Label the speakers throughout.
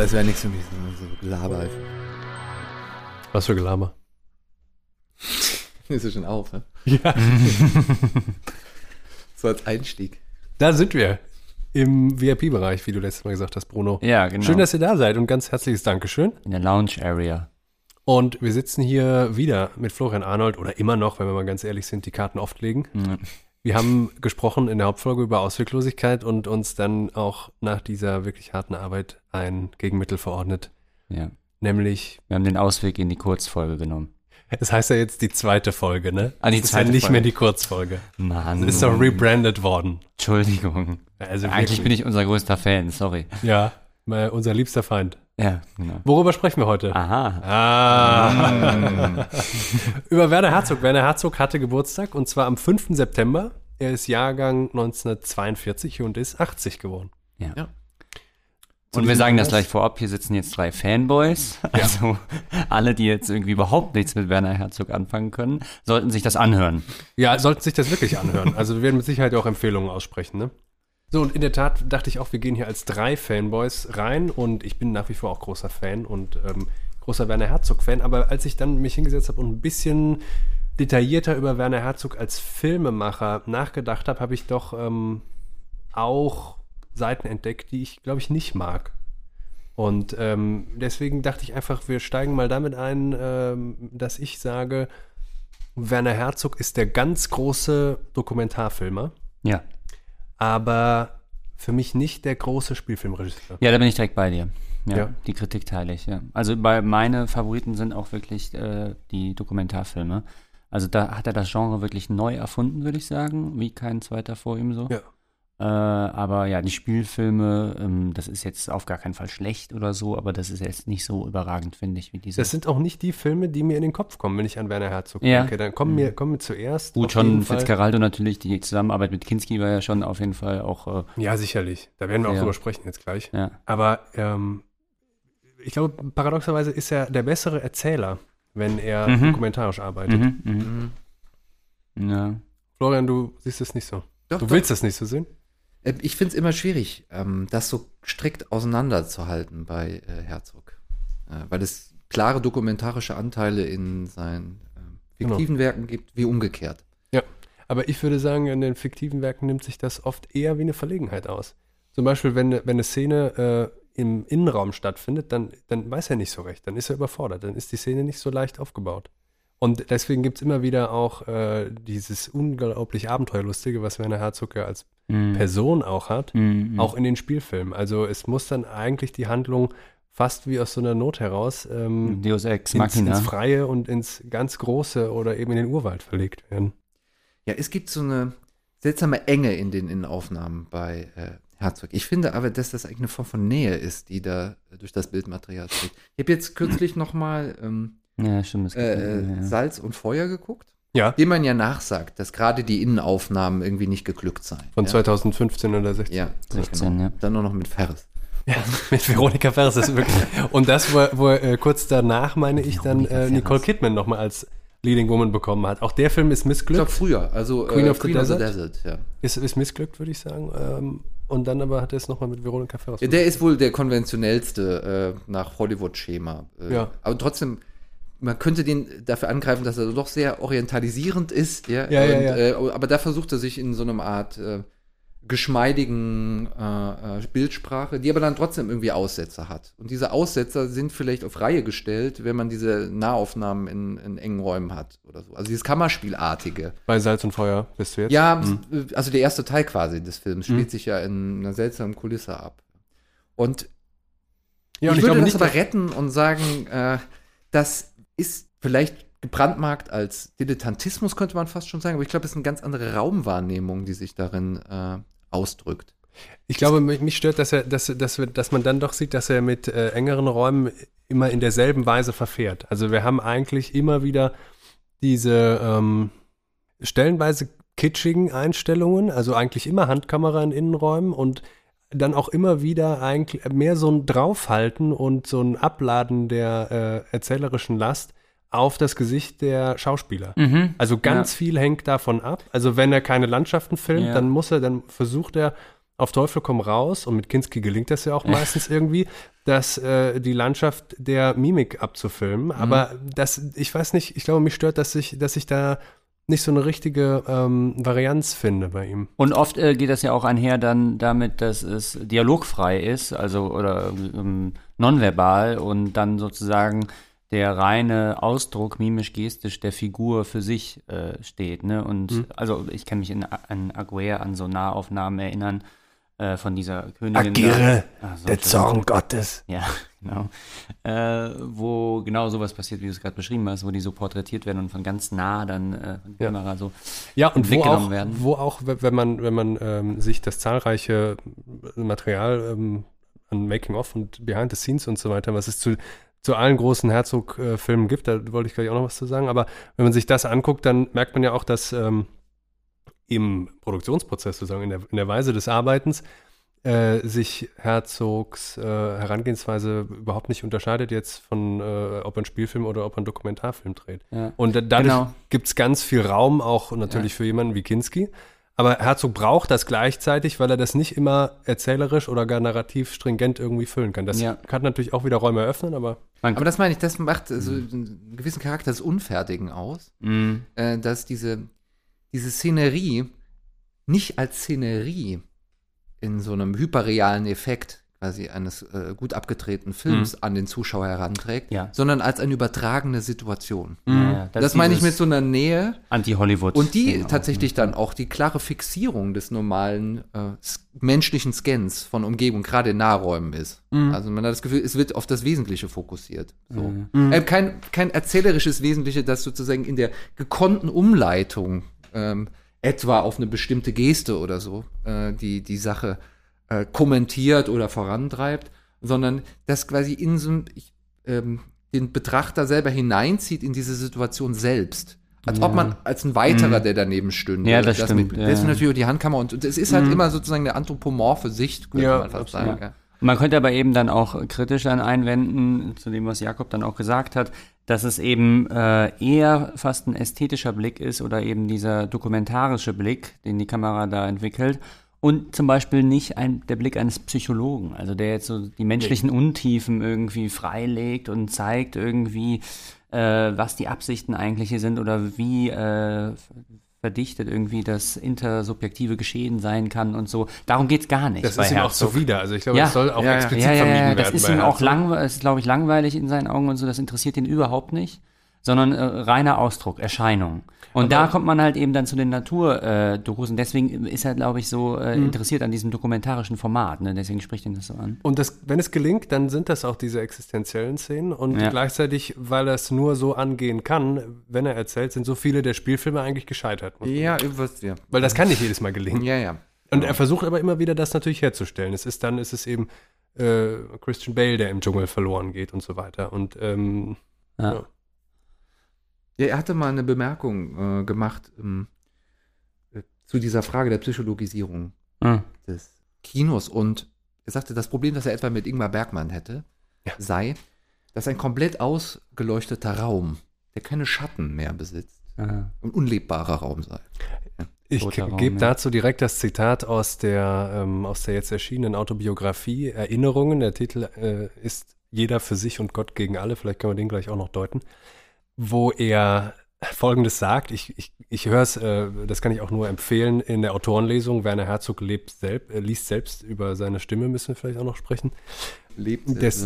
Speaker 1: das wäre nichts für mich, so Gelaber einfach.
Speaker 2: Was für Gelaber?
Speaker 1: Ist ja schon auf, ne?
Speaker 2: Ja.
Speaker 1: So als Einstieg.
Speaker 2: Da sind wir. Im VIP-Bereich, wie du letztes Mal gesagt hast, Bruno.
Speaker 3: Ja, genau.
Speaker 2: Schön, dass ihr da seid und ganz herzliches Dankeschön.
Speaker 3: In der Lounge-Area.
Speaker 2: Und wir sitzen hier wieder mit Florian Arnold oder immer noch, wenn wir mal ganz ehrlich sind, die Karten oft legen.
Speaker 3: Mhm.
Speaker 2: Wir haben gesprochen in der Hauptfolge über Ausweglosigkeit und uns dann auch nach dieser wirklich harten Arbeit ein Gegenmittel verordnet.
Speaker 3: Ja.
Speaker 2: Nämlich,
Speaker 3: Wir haben den Ausweg in die Kurzfolge genommen.
Speaker 2: das heißt ja jetzt die zweite Folge, ne?
Speaker 3: Ah, die
Speaker 2: das
Speaker 3: zweite
Speaker 2: ist ja nicht
Speaker 3: Folge.
Speaker 2: mehr die Kurzfolge.
Speaker 3: Mann.
Speaker 2: Das ist doch rebrandet worden.
Speaker 3: Entschuldigung.
Speaker 2: Also
Speaker 3: Eigentlich bin ich unser größter Fan, sorry.
Speaker 2: Ja, unser liebster Feind.
Speaker 3: Ja, genau.
Speaker 2: Worüber sprechen wir heute?
Speaker 3: Aha.
Speaker 2: Über Werner Herzog. Werner Herzog hatte Geburtstag und zwar am 5. September. Er ist Jahrgang 1942 und ist 80 geworden.
Speaker 3: Ja.
Speaker 1: Ja.
Speaker 3: Und wir sagen das gleich vorab, hier sitzen jetzt 3 Fanboys, also alle, die jetzt irgendwie überhaupt nichts mit Werner Herzog anfangen können, sollten sich das anhören.
Speaker 2: Ja, sollten sich das wirklich anhören. Also wir werden mit Sicherheit auch Empfehlungen aussprechen, ne? So, und in der Tat dachte ich auch, wir gehen hier als 3 Fanboys rein und ich bin nach wie vor auch großer Fan und großer Werner Herzog-Fan, aber als ich dann mich hingesetzt habe und ein bisschen detaillierter über Werner Herzog als Filmemacher nachgedacht habe, habe ich doch auch Seiten entdeckt, die ich, glaube ich, nicht mag. Und deswegen dachte ich einfach, wir steigen mal damit ein, dass ich sage, Werner Herzog ist der ganz große Dokumentarfilmer,
Speaker 3: Ja.
Speaker 2: aber für mich nicht der große Spielfilmregisseur.
Speaker 3: Ja, da bin ich direkt bei dir. Ja,
Speaker 2: Ja.
Speaker 3: Die Kritik teile ich, ja. Also meine Favoriten sind auch wirklich die Dokumentarfilme. Also da hat er das Genre wirklich neu erfunden, würde ich sagen, wie kein zweiter vor ihm so.
Speaker 2: Ja.
Speaker 3: Aber ja, die Spielfilme, das ist jetzt auf gar keinen Fall schlecht oder so, aber das ist jetzt nicht so überragend, finde ich, wie diese.
Speaker 2: Das sind auch nicht die Filme, die mir in den Kopf kommen, wenn ich an Werner Herzog
Speaker 3: Ja.
Speaker 2: denke. Dann kommen mir zuerst.
Speaker 3: Gut,
Speaker 2: auf
Speaker 3: schon
Speaker 2: jeden Fall-
Speaker 3: Fitzcarraldo natürlich, die Zusammenarbeit mit Kinski war ja schon auf jeden Fall auch,
Speaker 2: Ja, sicherlich. Da werden wir auch
Speaker 3: Ja.
Speaker 2: drüber sprechen jetzt gleich.
Speaker 3: ja.
Speaker 2: Aber ich glaube, paradoxerweise ist er der bessere Erzähler, wenn er dokumentarisch arbeitet.
Speaker 3: Ja.
Speaker 2: Florian, du siehst es nicht so.
Speaker 1: Doch,
Speaker 2: Du willst das nicht so sehen?
Speaker 1: Ich finde es immer schwierig, das so strikt auseinanderzuhalten bei Herzog. Weil es klare dokumentarische Anteile in seinen fiktiven Werken gibt, wie umgekehrt.
Speaker 2: Ja. Aber ich würde sagen, in den fiktiven Werken nimmt sich das oft eher wie eine Verlegenheit aus. Zum Beispiel, wenn eine Szene im Innenraum stattfindet, dann weiß er nicht so recht, dann ist er überfordert, dann ist die Szene nicht so leicht aufgebaut. Und deswegen gibt es immer wieder auch dieses unglaublich Abenteuerlustige, was Werner Herzog ja als Person auch hat, auch in den Spielfilmen. Also es muss dann eigentlich die Handlung fast wie aus so einer Not heraus
Speaker 3: Deus Ex
Speaker 2: ins
Speaker 3: Machina.
Speaker 2: Freie und ins ganz Große oder eben in den Urwald verlegt werden.
Speaker 1: Ja, es gibt so eine seltsame Enge in den Innenaufnahmen bei Herzog. Ich finde aber, dass das eigentlich eine Form von Nähe ist, die da durch das Bildmaterial trägt. Ich habe jetzt kürzlich noch mal
Speaker 3: Ja, stimmt. Es gibt ja.
Speaker 1: Salz und Feuer geguckt,
Speaker 2: Ja,
Speaker 1: dem man ja nachsagt, dass gerade die Innenaufnahmen irgendwie nicht geglückt seien.
Speaker 2: von
Speaker 1: ja?
Speaker 2: 2015 oder 16.
Speaker 1: Ja,
Speaker 3: 16, ja.
Speaker 1: Dann nur noch mit Ferris.
Speaker 2: Ja, mit Veronika Ferris, das ist wirklich. Und das, wo kurz danach, meine ich, dann Nicole Kidman nochmal als Leading Woman bekommen hat. Auch der Film ist
Speaker 1: Ich glaube
Speaker 2: missglückt.
Speaker 1: früher, also
Speaker 2: Queen of the Desert?
Speaker 1: Desert, ja.
Speaker 2: Ist missglückt, würde ich sagen. Und dann aber hat er es nochmal mit Veronika Ferris.
Speaker 1: Ja, der ist wohl der konventionellste nach Hollywood-Schema.
Speaker 2: Ja.
Speaker 1: Aber trotzdem, man könnte den dafür angreifen, dass er doch sehr orientalisierend ist. Ja,
Speaker 2: Ja.
Speaker 1: Aber da versucht er sich in so einer Art geschmeidigen Bildsprache, die aber dann trotzdem irgendwie Aussetzer hat. Und diese Aussetzer sind vielleicht auf Reihe gestellt, wenn man diese Nahaufnahmen in engen Räumen hat oder so. Also dieses Kammerspielartige.
Speaker 2: Bei Salz und Feuer bist du jetzt?
Speaker 1: Ja, also der erste Teil quasi des Films spielt sich ja in einer seltsamen Kulisse ab. Und
Speaker 2: Ja, und
Speaker 1: ich
Speaker 2: ich glaube
Speaker 1: würde das
Speaker 2: nicht,
Speaker 1: aber retten und sagen, das ist vielleicht gebrandmarkt als Dilettantismus, könnte man fast schon sagen, aber ich glaube, es ist eine ganz andere Raumwahrnehmung, die sich darin ausdrückt.
Speaker 2: ich glaube, mich stört, dass man dann doch sieht, dass er mit engeren Räumen immer in derselben Weise verfährt. Also wir haben eigentlich immer wieder diese stellenweise kitschigen Einstellungen, also eigentlich immer Handkamera in Innenräumen und dann auch immer wieder eigentlich mehr so ein Draufhalten und so ein Abladen der erzählerischen Last auf das Gesicht der Schauspieler. Also ganz viel hängt davon ab. Also wenn er keine Landschaften filmt,
Speaker 3: Ja.
Speaker 2: dann versucht er auf Teufel komm raus, und mit Kinski gelingt das ja auch meistens irgendwie, dass die Landschaft der Mimik abzufilmen. Aber ich weiß nicht, ich glaube, mich stört, dass ich da nicht so eine richtige Varianz finde bei ihm.
Speaker 3: Und oft geht das ja auch einher dann damit, dass es dialogfrei ist, also oder nonverbal, und dann sozusagen der reine Ausdruck mimisch-gestisch der Figur für sich steht. Ne? Und also ich kann mich an Aguirre, an so Nahaufnahmen erinnern von dieser Königin.
Speaker 2: Aguirre, der Zorn Gottes.
Speaker 3: Ja, genau. Wo genau sowas passiert, wie du es gerade beschrieben hast, wo die so porträtiert werden und von ganz nah dann von der Kamera so
Speaker 2: und
Speaker 3: weggenommen werden.
Speaker 2: Wo auch, wenn man sich das zahlreiche Material an Making-of und Behind the Scenes und so weiter, was es zu allen großen Herzog-Filmen gibt, da wollte ich gleich auch noch was zu sagen, aber wenn man sich das anguckt, dann merkt man ja auch, dass im Produktionsprozess sozusagen, in der Weise des Arbeitens, sich Herzogs Herangehensweise überhaupt nicht unterscheidet jetzt von, ob er einen Spielfilm oder ob er einen Dokumentarfilm dreht. Ja. Und dadurch gibt es ganz viel Raum, auch natürlich für jemanden wie Kinski. Aber Herzog braucht das gleichzeitig, weil er das nicht immer erzählerisch oder gar narrativ stringent irgendwie füllen kann. Das kann natürlich auch wieder Räume eröffnen, aber
Speaker 1: das meine ich, das macht so einen gewissen Charakter des Unfertigen aus, dass diese Szenerie nicht als Szenerie in so einem hyperrealen Effekt quasi eines gut abgedrehten Films an den Zuschauer heranträgt, sondern als eine übertragene Situation. Das meine ich mit so einer Nähe.
Speaker 3: Anti-Hollywood.
Speaker 1: Und die tatsächlich dann auch die klare Fixierung des normalen menschlichen Scans von Umgebung, gerade in Nahräumen ist. Also man hat das Gefühl, es wird auf das Wesentliche fokussiert. So. Kein erzählerisches Wesentliche, das sozusagen in der gekonnten Umleitung etwa auf eine bestimmte Geste oder so die Sache kommentiert oder vorantreibt, sondern das quasi in so den Betrachter selber hineinzieht in diese Situation selbst. Als ob man als ein weiterer, der daneben stünde.
Speaker 3: Ja, das stimmt.
Speaker 1: Das ist natürlich auch die Handkammer und es ist halt immer sozusagen eine anthropomorphe Sicht, könnte man fast sagen. Ja.
Speaker 3: Man könnte aber eben dann auch kritisch dann einwenden, zu dem, was Jakob dann auch gesagt hat, dass es eben eher fast ein ästhetischer Blick ist oder eben dieser dokumentarische Blick, den die Kamera da entwickelt. Und zum Beispiel nicht der Blick eines Psychologen, also der jetzt so die menschlichen Untiefen irgendwie freilegt und zeigt irgendwie, was die Absichten eigentlich hier sind oder wie verdichtet irgendwie das intersubjektive Geschehen sein kann und so. Darum geht's gar nicht.
Speaker 2: Das ist ihm auch zuwider. Also ich glaube, das soll auch explizit vermieden werden.
Speaker 3: Das ist ihm auch glaube ich, langweilig in seinen Augen und so. Das interessiert ihn überhaupt nicht, sondern reiner Ausdruck, Erscheinung. Und da kommt man halt eben dann zu den Naturdokus und deswegen ist er, glaube ich, so interessiert an diesem dokumentarischen Format. Ne? Deswegen spricht ihn das so an.
Speaker 2: Und wenn es gelingt, dann sind das auch diese existenziellen Szenen und gleichzeitig, weil er es nur so angehen kann, wenn er erzählt, sind so viele der Spielfilme eigentlich gescheitert. Weil das kann nicht jedes Mal gelingen. Und er versucht aber immer wieder, das natürlich herzustellen. Es ist eben Christian Bale, der im Dschungel verloren geht und so weiter. Und
Speaker 1: Ja, er hatte mal eine Bemerkung gemacht zu dieser Frage der Psychologisierung des Kinos. Und er sagte, das Problem, das er etwa mit Ingmar Bergman hätte, sei, dass ein komplett ausgeleuchteter Raum, der keine Schatten mehr besitzt, ein unlebbarer Raum sei. Ja.
Speaker 2: Ich gebe dazu direkt das Zitat aus der jetzt erschienenen Autobiografie Erinnerungen. Der Titel ist Jeder für sich und Gott gegen alle. Vielleicht können wir den gleich auch noch deuten. Wo er Folgendes sagt, ich höre es, das kann ich auch nur empfehlen, in der Autorenlesung, Werner Herzog liest selbst, über seine Stimme müssen wir vielleicht auch noch sprechen. Er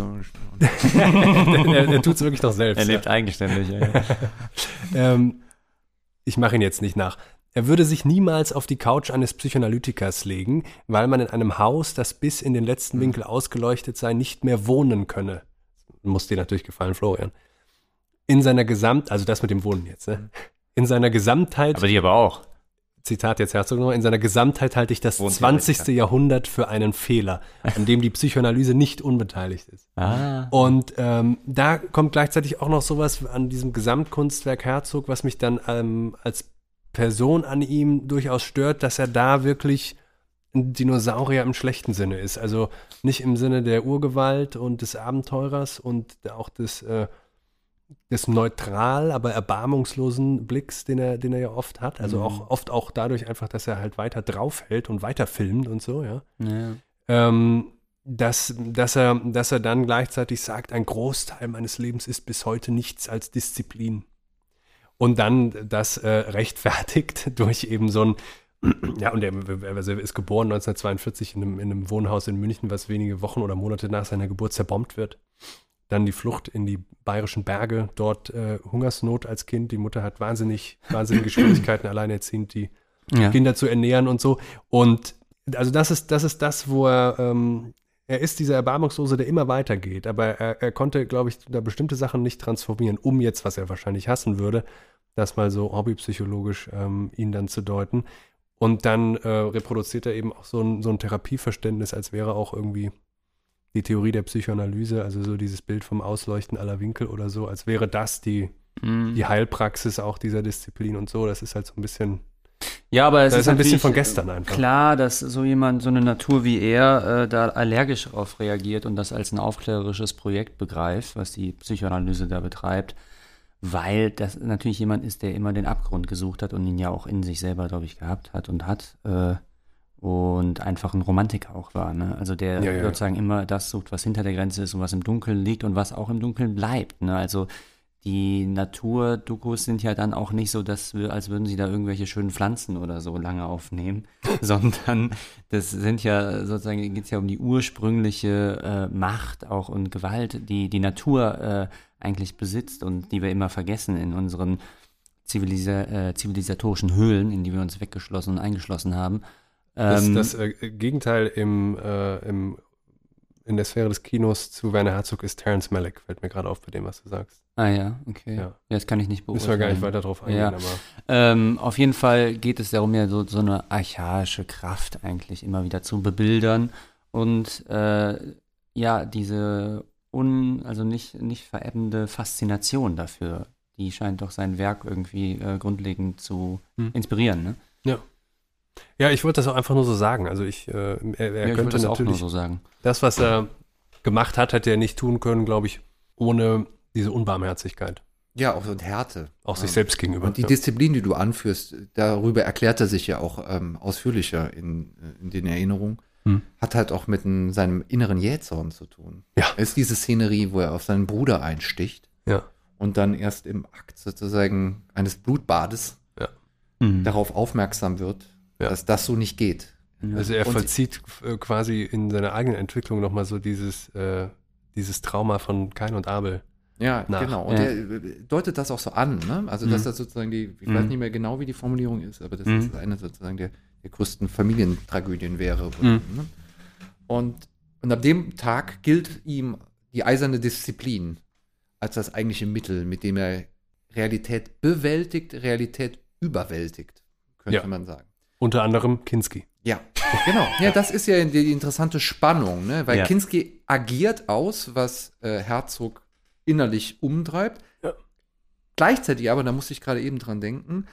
Speaker 2: tut es wirklich noch selbst.
Speaker 3: Er lebt eigenständig.
Speaker 2: Ich mache ihn jetzt nicht nach. Er würde sich niemals auf die Couch eines Psychoanalytikers legen, weil man in einem Haus, das bis in den letzten Winkel ausgeleuchtet sei, nicht mehr wohnen könne. Muss dir natürlich gefallen, Florian. In seiner also das mit dem Wohnen jetzt, ne? In seiner Gesamtheit.
Speaker 3: Aber die aber auch.
Speaker 2: Zitat jetzt Herzog nochmal. In seiner Gesamtheit halte ich das 20. Jahrhundert für einen Fehler, an dem die Psychoanalyse nicht unbeteiligt ist. Und da kommt gleichzeitig auch noch sowas an diesem Gesamtkunstwerk Herzog, was mich dann als Person an ihm durchaus stört, dass er da wirklich ein Dinosaurier im schlechten Sinne ist. Also nicht im Sinne der Urgewalt und des Abenteurers und auch des des neutral, aber erbarmungslosen Blicks, den er ja oft hat. Also oft auch dadurch einfach, dass er halt weiter draufhält und weiter filmt und so, ja. Dass er dann gleichzeitig sagt, ein Großteil meines Lebens ist bis heute nichts als Disziplin. Und dann das rechtfertigt durch eben so ein, ja, und er ist geboren 1942 in einem Wohnhaus in München, was wenige Wochen oder Monate nach seiner Geburt zerbombt wird. Dann die Flucht in die bayerischen Berge, dort Hungersnot als Kind. Die Mutter hat wahnsinnige Schwierigkeiten, alleinerziehend die Kinder zu ernähren und so. Und also das ist das, wo er ist dieser Erbarmungslose, der immer weitergeht. Aber er konnte, glaube ich, da bestimmte Sachen nicht transformieren, um jetzt, was er wahrscheinlich hassen würde, das mal so hobbypsychologisch ihn dann zu deuten. Und dann reproduziert er eben auch so ein Therapieverständnis, als wäre auch irgendwie die Theorie der Psychoanalyse, also so dieses Bild vom Ausleuchten aller Winkel oder so, als wäre das die Heilpraxis auch dieser Disziplin und so. Das ist halt so ein bisschen,
Speaker 3: ja, aber es
Speaker 2: ist ein bisschen von gestern einfach.
Speaker 3: Klar, dass so jemand, so eine Natur wie er, da allergisch darauf reagiert und das als ein aufklärerisches Projekt begreift, was die Psychoanalyse da betreibt, weil das natürlich jemand ist, der immer den Abgrund gesucht hat und ihn ja auch in sich selber, glaube ich, gehabt hat und hat. Und einfach ein Romantiker auch war, ne? Also der sozusagen immer das sucht, was hinter der Grenze ist und was im Dunkeln liegt und was auch im Dunkeln bleibt, ne? Also die Naturdokus sind ja dann auch nicht so, als würden sie da irgendwelche schönen Pflanzen oder so lange aufnehmen, sondern das sind ja sozusagen, geht es ja um die ursprüngliche Macht auch und Gewalt, die die Natur eigentlich besitzt und die wir immer vergessen in unseren zivilisatorischen Höhlen, in die wir uns weggeschlossen und eingeschlossen haben.
Speaker 2: Das Gegenteil in der Sphäre des Kinos zu Werner Herzog ist Terrence Malick, fällt mir gerade auf bei dem, was du sagst.
Speaker 3: Ah ja, okay. Ja, das kann ich nicht beurteilen.
Speaker 2: Müssen wir gar nicht weiter drauf eingehen.
Speaker 3: Aber auf jeden Fall geht es darum, ja so eine archaische Kraft eigentlich immer wieder zu bebildern und diese nicht verebbende Faszination dafür, die scheint doch sein Werk irgendwie grundlegend zu inspirieren, ne?
Speaker 2: Ja. Ja, ich wollte das auch einfach nur so sagen. Also er könnte
Speaker 3: das
Speaker 2: natürlich
Speaker 3: auch nur so sagen.
Speaker 2: Das, was er gemacht hat, hätte er nicht tun können, glaube ich, ohne diese Unbarmherzigkeit.
Speaker 1: Ja, auch so eine Härte.
Speaker 2: Auch sich selbst gegenüber.
Speaker 1: Und die Disziplin, die du anführst, darüber erklärt er sich ja auch ausführlicher in den Erinnerungen, hat halt auch mit seinem inneren Jähzorn zu tun.
Speaker 2: Ja.
Speaker 1: Es ist diese Szenerie, wo er auf seinen Bruder einsticht und dann erst im Akt sozusagen eines Blutbades darauf aufmerksam wird, dass das so nicht geht.
Speaker 2: Also er vollzieht quasi in seiner eigenen Entwicklung nochmal so dieses Trauma von Kain und Abel.
Speaker 1: Ja, genau. Und er deutet das auch so an, ne? Also dass das sozusagen ich weiß nicht mehr genau, wie die Formulierung ist, aber das ist eine sozusagen der größten Familientragödien wäre. Ne? Und ab dem Tag gilt ihm die eiserne Disziplin als das eigentliche Mittel, mit dem er Realität bewältigt, Realität überwältigt, könnte man sagen.
Speaker 2: Unter anderem Kinski.
Speaker 1: Ja, genau. Ja, das ist ja die interessante Spannung, ne? Weil Kinski agiert aus, was Herzog innerlich umtreibt. Ja. Gleichzeitig aber, da musste ich gerade eben dran denken,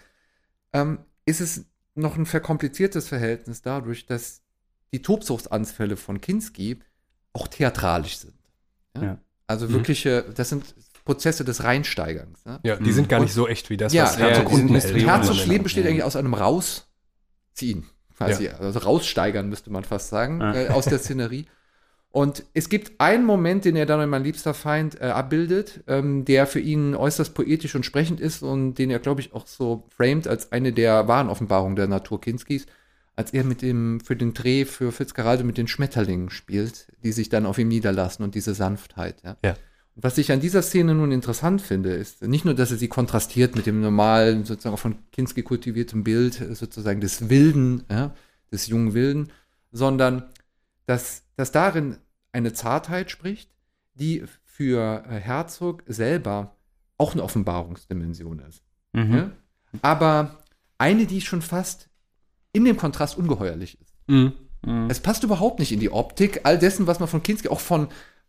Speaker 1: ist es noch ein verkompliziertes Verhältnis dadurch, dass die Tobsuchtsanfälle von Kinski auch theatralisch sind. Ja? Also wirkliche, das sind Prozesse des Reinsteigerns. Ne?
Speaker 2: Ja, die sind gar nicht so echt wie das, was Herzog unten ist.
Speaker 1: Herzogs Leben besteht eigentlich aus einem Rausziehen, quasi. Also raussteigern, müsste man fast sagen, aus der Szenerie. Und es gibt einen Moment, den er dann in Mein liebster Feind abbildet, der für ihn äußerst poetisch und sprechend ist und den er, glaube ich, auch so framed als eine der wahren Offenbarungen der Natur Kinskis, als er für den Dreh für Fitzcarraldo mit den Schmetterlingen spielt, die sich dann auf ihm niederlassen und diese Sanftheit. Ja. Und was ich an dieser Szene nun interessant finde, ist nicht nur, dass er sie kontrastiert mit dem normalen, sozusagen auch von Kinski kultivierten Bild, sozusagen des Wilden, des jungen Wilden, sondern dass darin eine Zartheit spricht, die für Herzog selber auch eine Offenbarungsdimension ist. Ja? Aber eine, die schon fast in dem Kontrast ungeheuerlich ist. Es passt überhaupt nicht in die Optik all dessen, was man von Kinski, auch von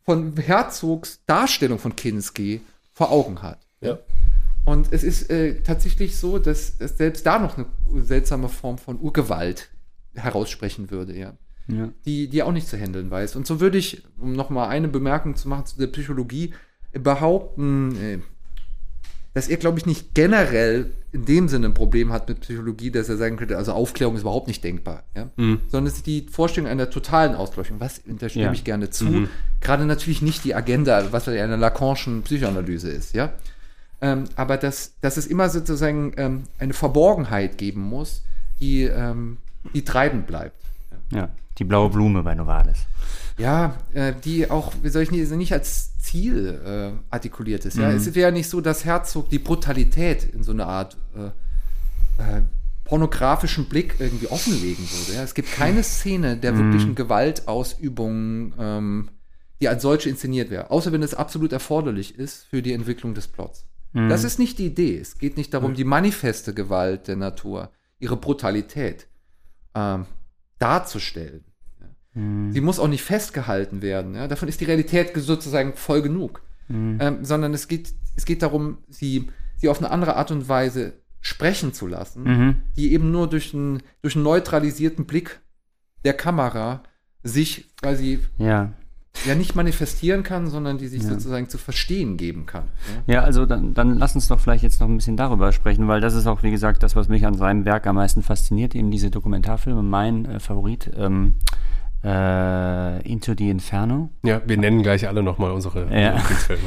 Speaker 1: Herzogs Darstellung von Kinski vor Augen hat.
Speaker 2: Ja.
Speaker 1: Und es ist tatsächlich so, dass selbst da noch eine seltsame Form von Urgewalt heraussprechen würde, die auch nicht zu handeln weiß. Und so würde ich, um nochmal eine Bemerkung zu machen zu der Psychologie, behaupten, dass er, glaube ich, nicht generell in dem Sinne ein Problem hat mit Psychologie, dass er sagen könnte, also Aufklärung ist überhaupt nicht denkbar. Ja? Sondern es ist die Vorstellung einer totalen Ausleuchtung. Was stimme ich gerne zu. Gerade natürlich nicht die Agenda, was eine Lacanischen Psychoanalyse ist. Ja? Aber dass es immer sozusagen eine Verborgenheit geben muss, die treibend bleibt.
Speaker 3: Ja, die blaue Blume bei Novalis.
Speaker 1: Ja, die auch, wie soll ich nicht als Ziel artikuliert ist. Ja? Es wäre ja nicht so, dass Herzog die Brutalität in so eine Art pornografischen Blick irgendwie offenlegen würde. Ja? Es gibt keine Szene der wirklichen Gewaltausübung, die als solche inszeniert wäre, außer wenn es absolut erforderlich ist für die Entwicklung des Plots. Das ist nicht die Idee. Es geht nicht darum, die manifeste Gewalt der Natur, ihre Brutalität darzustellen. Sie muss auch nicht festgehalten werden. Ja? Davon ist die Realität sozusagen voll genug. Sondern es geht darum, sie auf eine andere Art und Weise sprechen zu lassen, die eben nur durch einen neutralisierten Blick der Kamera sich quasi nicht manifestieren kann, sondern die sich sozusagen zu verstehen geben kann.
Speaker 3: Ja, also dann lass uns doch vielleicht jetzt noch ein bisschen darüber sprechen, weil das ist auch, wie gesagt, das, was mich an seinem Werk am meisten fasziniert, eben diese Dokumentarfilme. Mein Favorit, Into the Inferno.
Speaker 2: Ja, wir nennen gleich alle nochmal unsere Lieblingsfilme.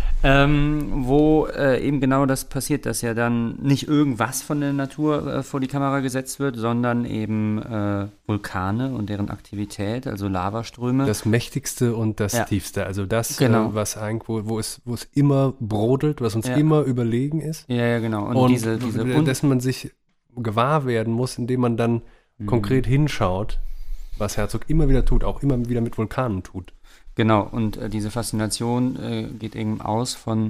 Speaker 3: Wo eben genau das passiert, dass ja dann nicht irgendwas von der Natur vor die Kamera gesetzt wird, sondern eben Vulkane und deren Aktivität, also Lavaströme.
Speaker 2: Das Mächtigste und das Tiefste, also das, was eigentlich, wo es immer brodelt, was uns immer überlegen ist.
Speaker 3: Ja, genau.
Speaker 2: Und dessen man sich gewahr werden muss, indem man dann konkret hinschaut, was Herzog immer wieder tut, auch immer wieder mit Vulkanen tut.
Speaker 3: Genau, und diese Faszination geht eben aus von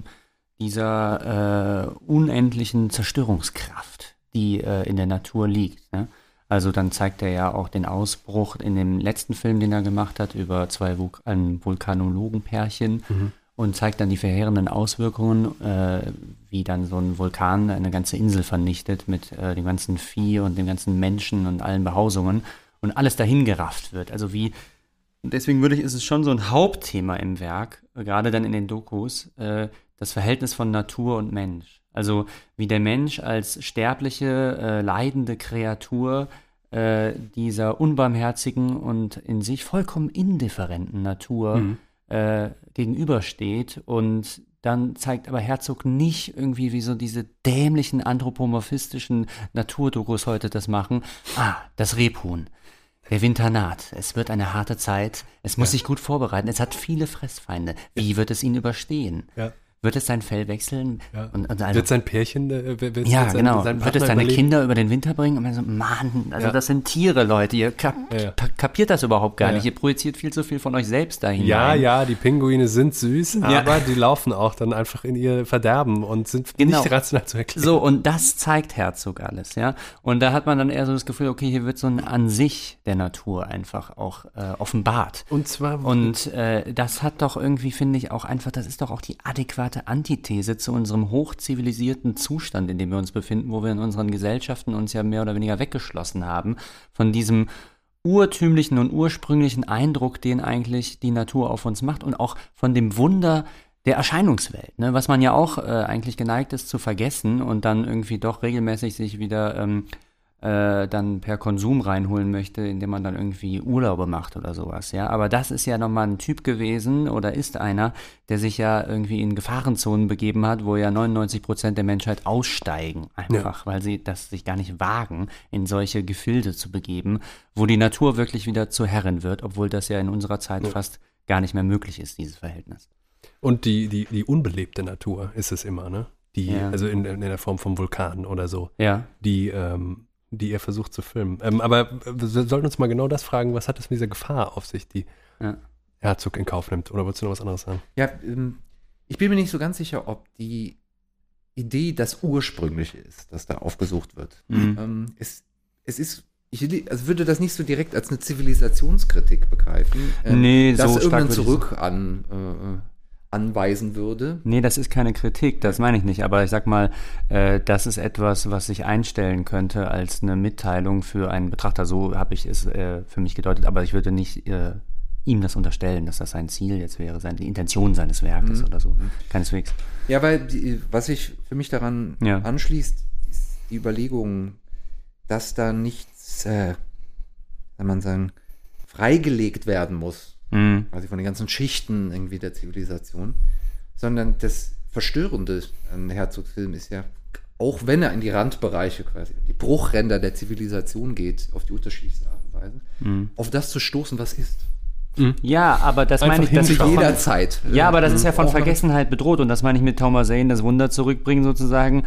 Speaker 3: dieser unendlichen Zerstörungskraft, die in der Natur liegt. Ne? Also dann zeigt er ja auch den Ausbruch in dem letzten Film, den er gemacht hat, über ein Vulkanologenpärchen und zeigt dann die verheerenden Auswirkungen, wie dann so ein Vulkan eine ganze Insel vernichtet mit dem ganzen Vieh und den ganzen Menschen und allen Behausungen und alles dahingerafft wird. Also und deswegen ist es schon so ein Hauptthema im Werk, gerade dann in den Dokus, das Verhältnis von Natur und Mensch. Also wie der Mensch als sterbliche, leidende Kreatur dieser unbarmherzigen und in sich vollkommen indifferenten Natur gegenübersteht. Und dann zeigt aber Herzog nicht irgendwie, wie so diese dämlichen anthropomorphistischen Naturdokus heute das machen. Das Rebhuhn. Der Winter naht. Es wird eine harte Zeit. Es muss sich gut vorbereiten. Es hat viele Fressfeinde. Wie wird es ihn überstehen? Ja. Wird es sein Fell wechseln?
Speaker 2: Ja. Wird sein Pärchen,
Speaker 3: wird es seine Kinder über den Winter bringen? Und man so, Mann, das sind Tiere, Leute. Ihr kapiert das überhaupt gar nicht. Ihr projiziert viel zu viel von euch selbst dahin.
Speaker 2: Ja, die Pinguine sind süß, aber die laufen auch dann einfach in ihr Verderben und sind nicht rational zu erklären.
Speaker 3: So, und das zeigt Herzog alles, ja. Und da hat man dann eher so das Gefühl, okay, hier wird so ein An sich der Natur einfach auch offenbart.
Speaker 2: Und zwar...
Speaker 3: Und das hat doch irgendwie, finde ich, auch einfach, das ist doch auch die adäquate Antithese zu unserem hochzivilisierten Zustand, in dem wir uns befinden, wo wir in unseren Gesellschaften uns ja mehr oder weniger weggeschlossen haben, von diesem urtümlichen und ursprünglichen Eindruck, den eigentlich die Natur auf uns macht und auch von dem Wunder der Erscheinungswelt, ne? Was man ja auch eigentlich geneigt ist zu vergessen und dann irgendwie doch regelmäßig sich wieder dann per Konsum reinholen möchte, indem man dann irgendwie Urlaube macht oder sowas, ja. Aber das ist ja nochmal ein Typ gewesen oder ist einer, der sich ja irgendwie in Gefahrenzonen begeben hat, wo ja 99% der Menschheit aussteigen, einfach, weil sie das sich gar nicht wagen, in solche Gefilde zu begeben, wo die Natur wirklich wieder zur Herrin wird, obwohl das ja in unserer Zeit fast gar nicht mehr möglich ist, dieses Verhältnis.
Speaker 2: Und die unbelebte Natur ist es immer, ne? Also in der Form von Vulkanen oder so.
Speaker 3: Ja.
Speaker 2: Die er versucht zu filmen. Aber wir sollten uns mal genau das fragen, was hat es mit dieser Gefahr auf sich, die Herzog in Kauf nimmt? Oder wolltest du noch was anderes sagen?
Speaker 1: Ja, ich bin mir nicht so ganz sicher, ob die Idee das Ursprüngliche ist, das da aufgesucht wird. Es ist, ich würde das nicht so direkt als eine Zivilisationskritik begreifen,
Speaker 3: das
Speaker 1: so irgendwann zurück anweisen würde.
Speaker 3: Nee, das ist keine Kritik, das meine ich nicht. Aber ich sag mal, das ist etwas, was sich einstellen könnte als eine Mitteilung für einen Betrachter. So habe ich es für mich gedeutet. Aber ich würde nicht ihm das unterstellen, dass das sein Ziel jetzt wäre, die Intention seines Werkes oder so. Keineswegs.
Speaker 1: Ja, weil was sich für mich daran anschließt, ist die Überlegung, dass da nichts, kann man sagen, freigelegt werden muss, quasi von den ganzen Schichten irgendwie der Zivilisation, sondern das Verstörende an Herzogs Film ist ja, auch wenn er in die Randbereiche quasi, die Bruchränder der Zivilisation geht, auf die unterschiedlichste Art und Weise, auf das zu stoßen, was ist.
Speaker 3: Ja, aber das meine ich, dass
Speaker 1: zu jeder Zeit.
Speaker 3: Ja, aber das ist ja von Vergessenheit bedroht und das meine ich mit Taumazein, das Wunder zurückbringen sozusagen,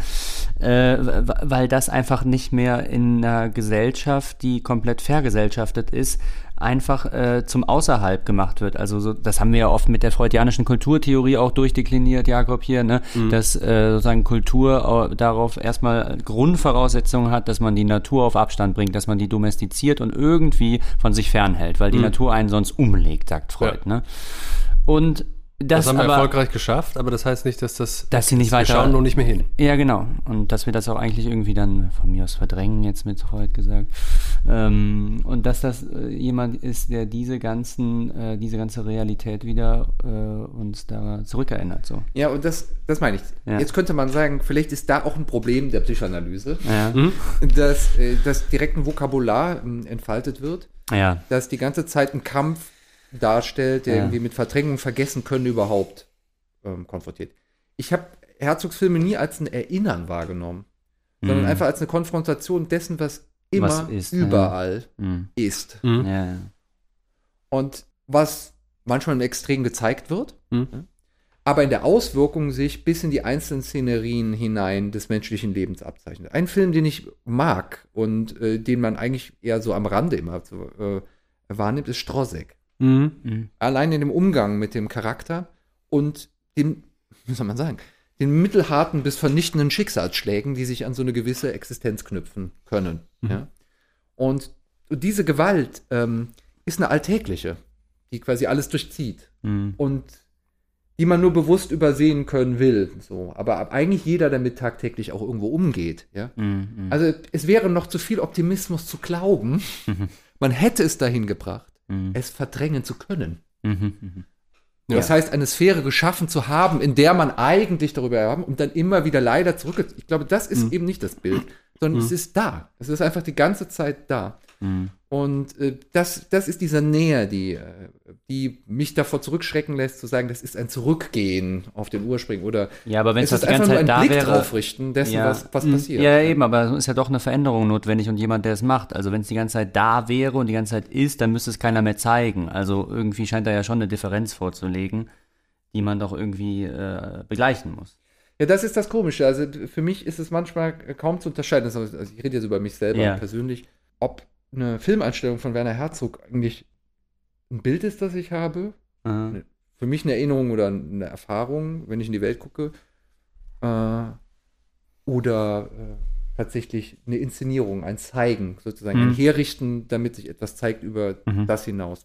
Speaker 3: weil das einfach nicht mehr in einer Gesellschaft, die komplett vergesellschaftet ist, einfach zum Außerhalb gemacht wird. Also so, das haben wir ja oft mit der freudianischen Kulturtheorie auch durchdekliniert, Jakob, hier, ne? Dass sozusagen Kultur darauf erstmal Grundvoraussetzungen hat, dass man die Natur auf Abstand bringt, dass man die domestiziert und irgendwie von sich fernhält, weil die Natur einen sonst umlegt, sagt Freud. Ne? Und das
Speaker 2: haben wir
Speaker 3: aber
Speaker 2: erfolgreich geschafft, aber das heißt nicht, dass
Speaker 3: sie nicht weiter.
Speaker 2: Wir schauen nur nicht mehr hin.
Speaker 3: Ja, genau. Und dass wir das auch eigentlich irgendwie dann von mir aus verdrängen, jetzt mit Freud gesagt. Und dass das jemand ist, der diese ganze Realität wieder uns da zurückerinnert. So.
Speaker 1: Ja, und das meine ich. Ja. Jetzt könnte man sagen, vielleicht ist da auch ein Problem der Psychoanalyse, dass direkt ein Vokabular entfaltet wird, dass die ganze Zeit ein Kampf darstellt, der irgendwie mit Verdrängung, Vergessen können überhaupt konfrontiert. Ich habe Herzogs Filme nie als ein Erinnern wahrgenommen, sondern einfach als eine Konfrontation dessen, was immer
Speaker 3: ist,
Speaker 1: überall ist.
Speaker 3: Ja.
Speaker 1: Und was manchmal im Extrem gezeigt wird, aber in der Auswirkung sich bis in die einzelnen Szenerien hinein des menschlichen Lebens abzeichnet. Ein Film, den ich mag und den man eigentlich eher so am Rande immer wahrnimmt, ist Stroszek. Allein in dem Umgang mit dem Charakter und den, wie soll man sagen, den mittelharten bis vernichtenden Schicksalsschlägen, die sich an so eine gewisse Existenz knüpfen können. Ja? Und diese Gewalt ist eine alltägliche, die quasi alles durchzieht und die man nur bewusst übersehen können will. So. Aber eigentlich jeder damit tagtäglich auch irgendwo umgeht. Ja? Also es wäre noch zu viel Optimismus zu glauben, man hätte es dahin gebracht, es verdrängen zu können. Das heißt, eine Sphäre geschaffen zu haben, in der man eigentlich darüber haben und dann immer wieder leider zurück. Ich glaube, das ist eben nicht das Bild, sondern es ist da. Es ist einfach die ganze Zeit da. Und das ist diese Nähe, die mich davor zurückschrecken lässt, zu sagen, das ist ein Zurückgehen auf den Ursprung oder
Speaker 3: aber wenn es
Speaker 1: ist
Speaker 3: die ganze Zeit da
Speaker 1: Blick
Speaker 3: wäre,
Speaker 1: draufrichten dessen, was passiert.
Speaker 3: Ja, eben, aber es ist ja doch eine Veränderung notwendig und jemand, der es macht. Also wenn es die ganze Zeit da wäre und die ganze Zeit ist, dann müsste es keiner mehr zeigen. Also irgendwie scheint da ja schon eine Differenz vorzulegen, die man doch irgendwie begleichen muss.
Speaker 1: Ja, das ist das Komische. Also für mich ist es manchmal kaum zu unterscheiden. Also ich rede jetzt über mich selber persönlich, ob eine Filmeinstellung von Werner Herzog eigentlich ein Bild ist, das ich habe. Für mich eine Erinnerung oder eine Erfahrung, wenn ich in die Welt gucke. Oder tatsächlich eine Inszenierung, ein Zeigen, sozusagen, ein Herrichten, damit sich etwas zeigt über das hinaus,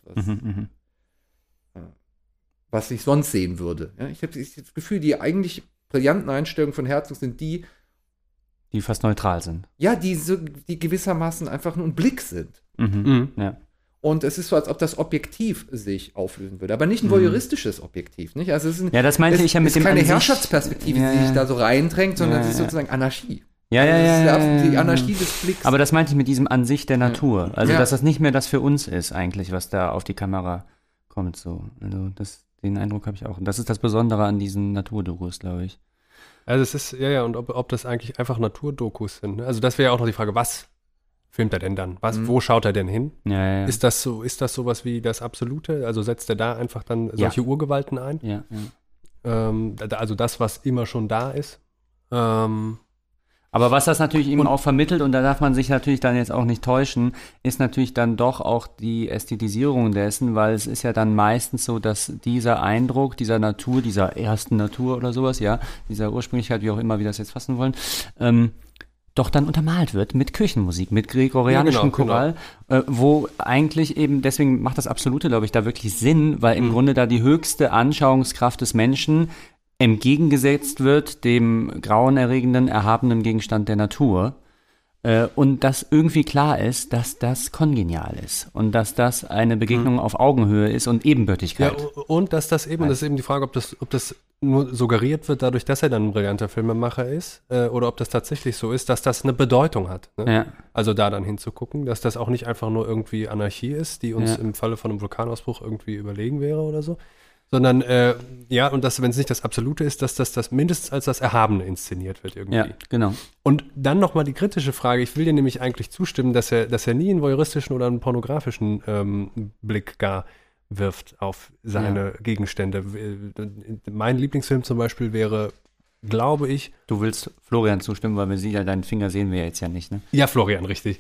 Speaker 1: was ich sonst sehen würde. Ja, ich habe das Gefühl, die eigentlich brillanten Einstellungen von Herzog sind die
Speaker 3: fast neutral sind.
Speaker 1: Ja, die gewissermaßen einfach nur ein Blick sind.
Speaker 3: Ja.
Speaker 1: Und es ist so, als ob das Objektiv sich auflösen würde. Aber nicht ein voyeuristisches Objektiv. Nicht? Also es ist
Speaker 3: das meinte ich ja mit dem
Speaker 1: keine Herrschaftsperspektive, die sich da so reindrängt, sondern es ist sozusagen Anarchie.
Speaker 3: Die
Speaker 1: Anarchie des Blicks.
Speaker 3: Aber das meinte ich mit diesem an sich der Natur. Also, dass das nicht mehr das für uns ist eigentlich, was da auf die Kamera kommt. So. Also den Eindruck habe ich auch. Und das ist das Besondere an diesen Naturdokus, glaube ich.
Speaker 2: Also es ist, und ob das eigentlich einfach Naturdokus sind. Ne? Also das wäre ja auch noch die Frage, was filmt er denn dann? Wo schaut er denn hin?
Speaker 3: Ja.
Speaker 2: Ist das sowas wie das Absolute? Also setzt er da einfach dann solche Urgewalten ein?
Speaker 3: Ja.
Speaker 2: Also das, was immer schon da ist.
Speaker 3: Aber was das natürlich eben auch vermittelt, und da darf man sich natürlich dann jetzt auch nicht täuschen, ist natürlich dann doch auch die Ästhetisierung dessen, weil es ist ja dann meistens so, dass dieser Eindruck dieser Natur, dieser ersten Natur oder sowas, dieser Ursprünglichkeit, wie auch immer wir das jetzt fassen wollen, doch dann untermalt wird mit Kirchenmusik, mit gregorianischem Choral, wo eigentlich eben, deswegen macht das Absolute, glaube ich, da wirklich Sinn, weil im Grunde da die höchste Anschauungskraft des Menschen entgegengesetzt wird dem grauenerregenden, erhabenen Gegenstand der Natur. Und dass irgendwie klar ist, dass das kongenial ist und dass das eine Begegnung auf Augenhöhe ist und Ebenbürtigkeit.
Speaker 2: Ja, und dass das eben, das ist eben die Frage, ob das nur suggeriert wird, dadurch, dass er dann ein brillanter Filmemacher ist, oder ob das tatsächlich so ist, dass das eine Bedeutung hat. Ne?
Speaker 3: Ja.
Speaker 2: Also da dann hinzugucken, dass das auch nicht einfach nur irgendwie Anarchie ist, die uns im Falle von einem Vulkanausbruch irgendwie überlegen wäre oder so, sondern, und dass, wenn es nicht das Absolute ist, dass das mindestens als das Erhabene inszeniert wird irgendwie.
Speaker 3: Ja, genau.
Speaker 2: Und dann nochmal die kritische Frage, ich will dir nämlich eigentlich zustimmen, dass er nie einen voyeuristischen oder einen pornografischen Blick gar wirft auf seine Gegenstände. Mein Lieblingsfilm zum Beispiel wäre, glaube ich...
Speaker 3: Du willst Florian zustimmen, weil deinen Finger sehen wir jetzt ja nicht, ne?
Speaker 2: Ja, Florian, richtig.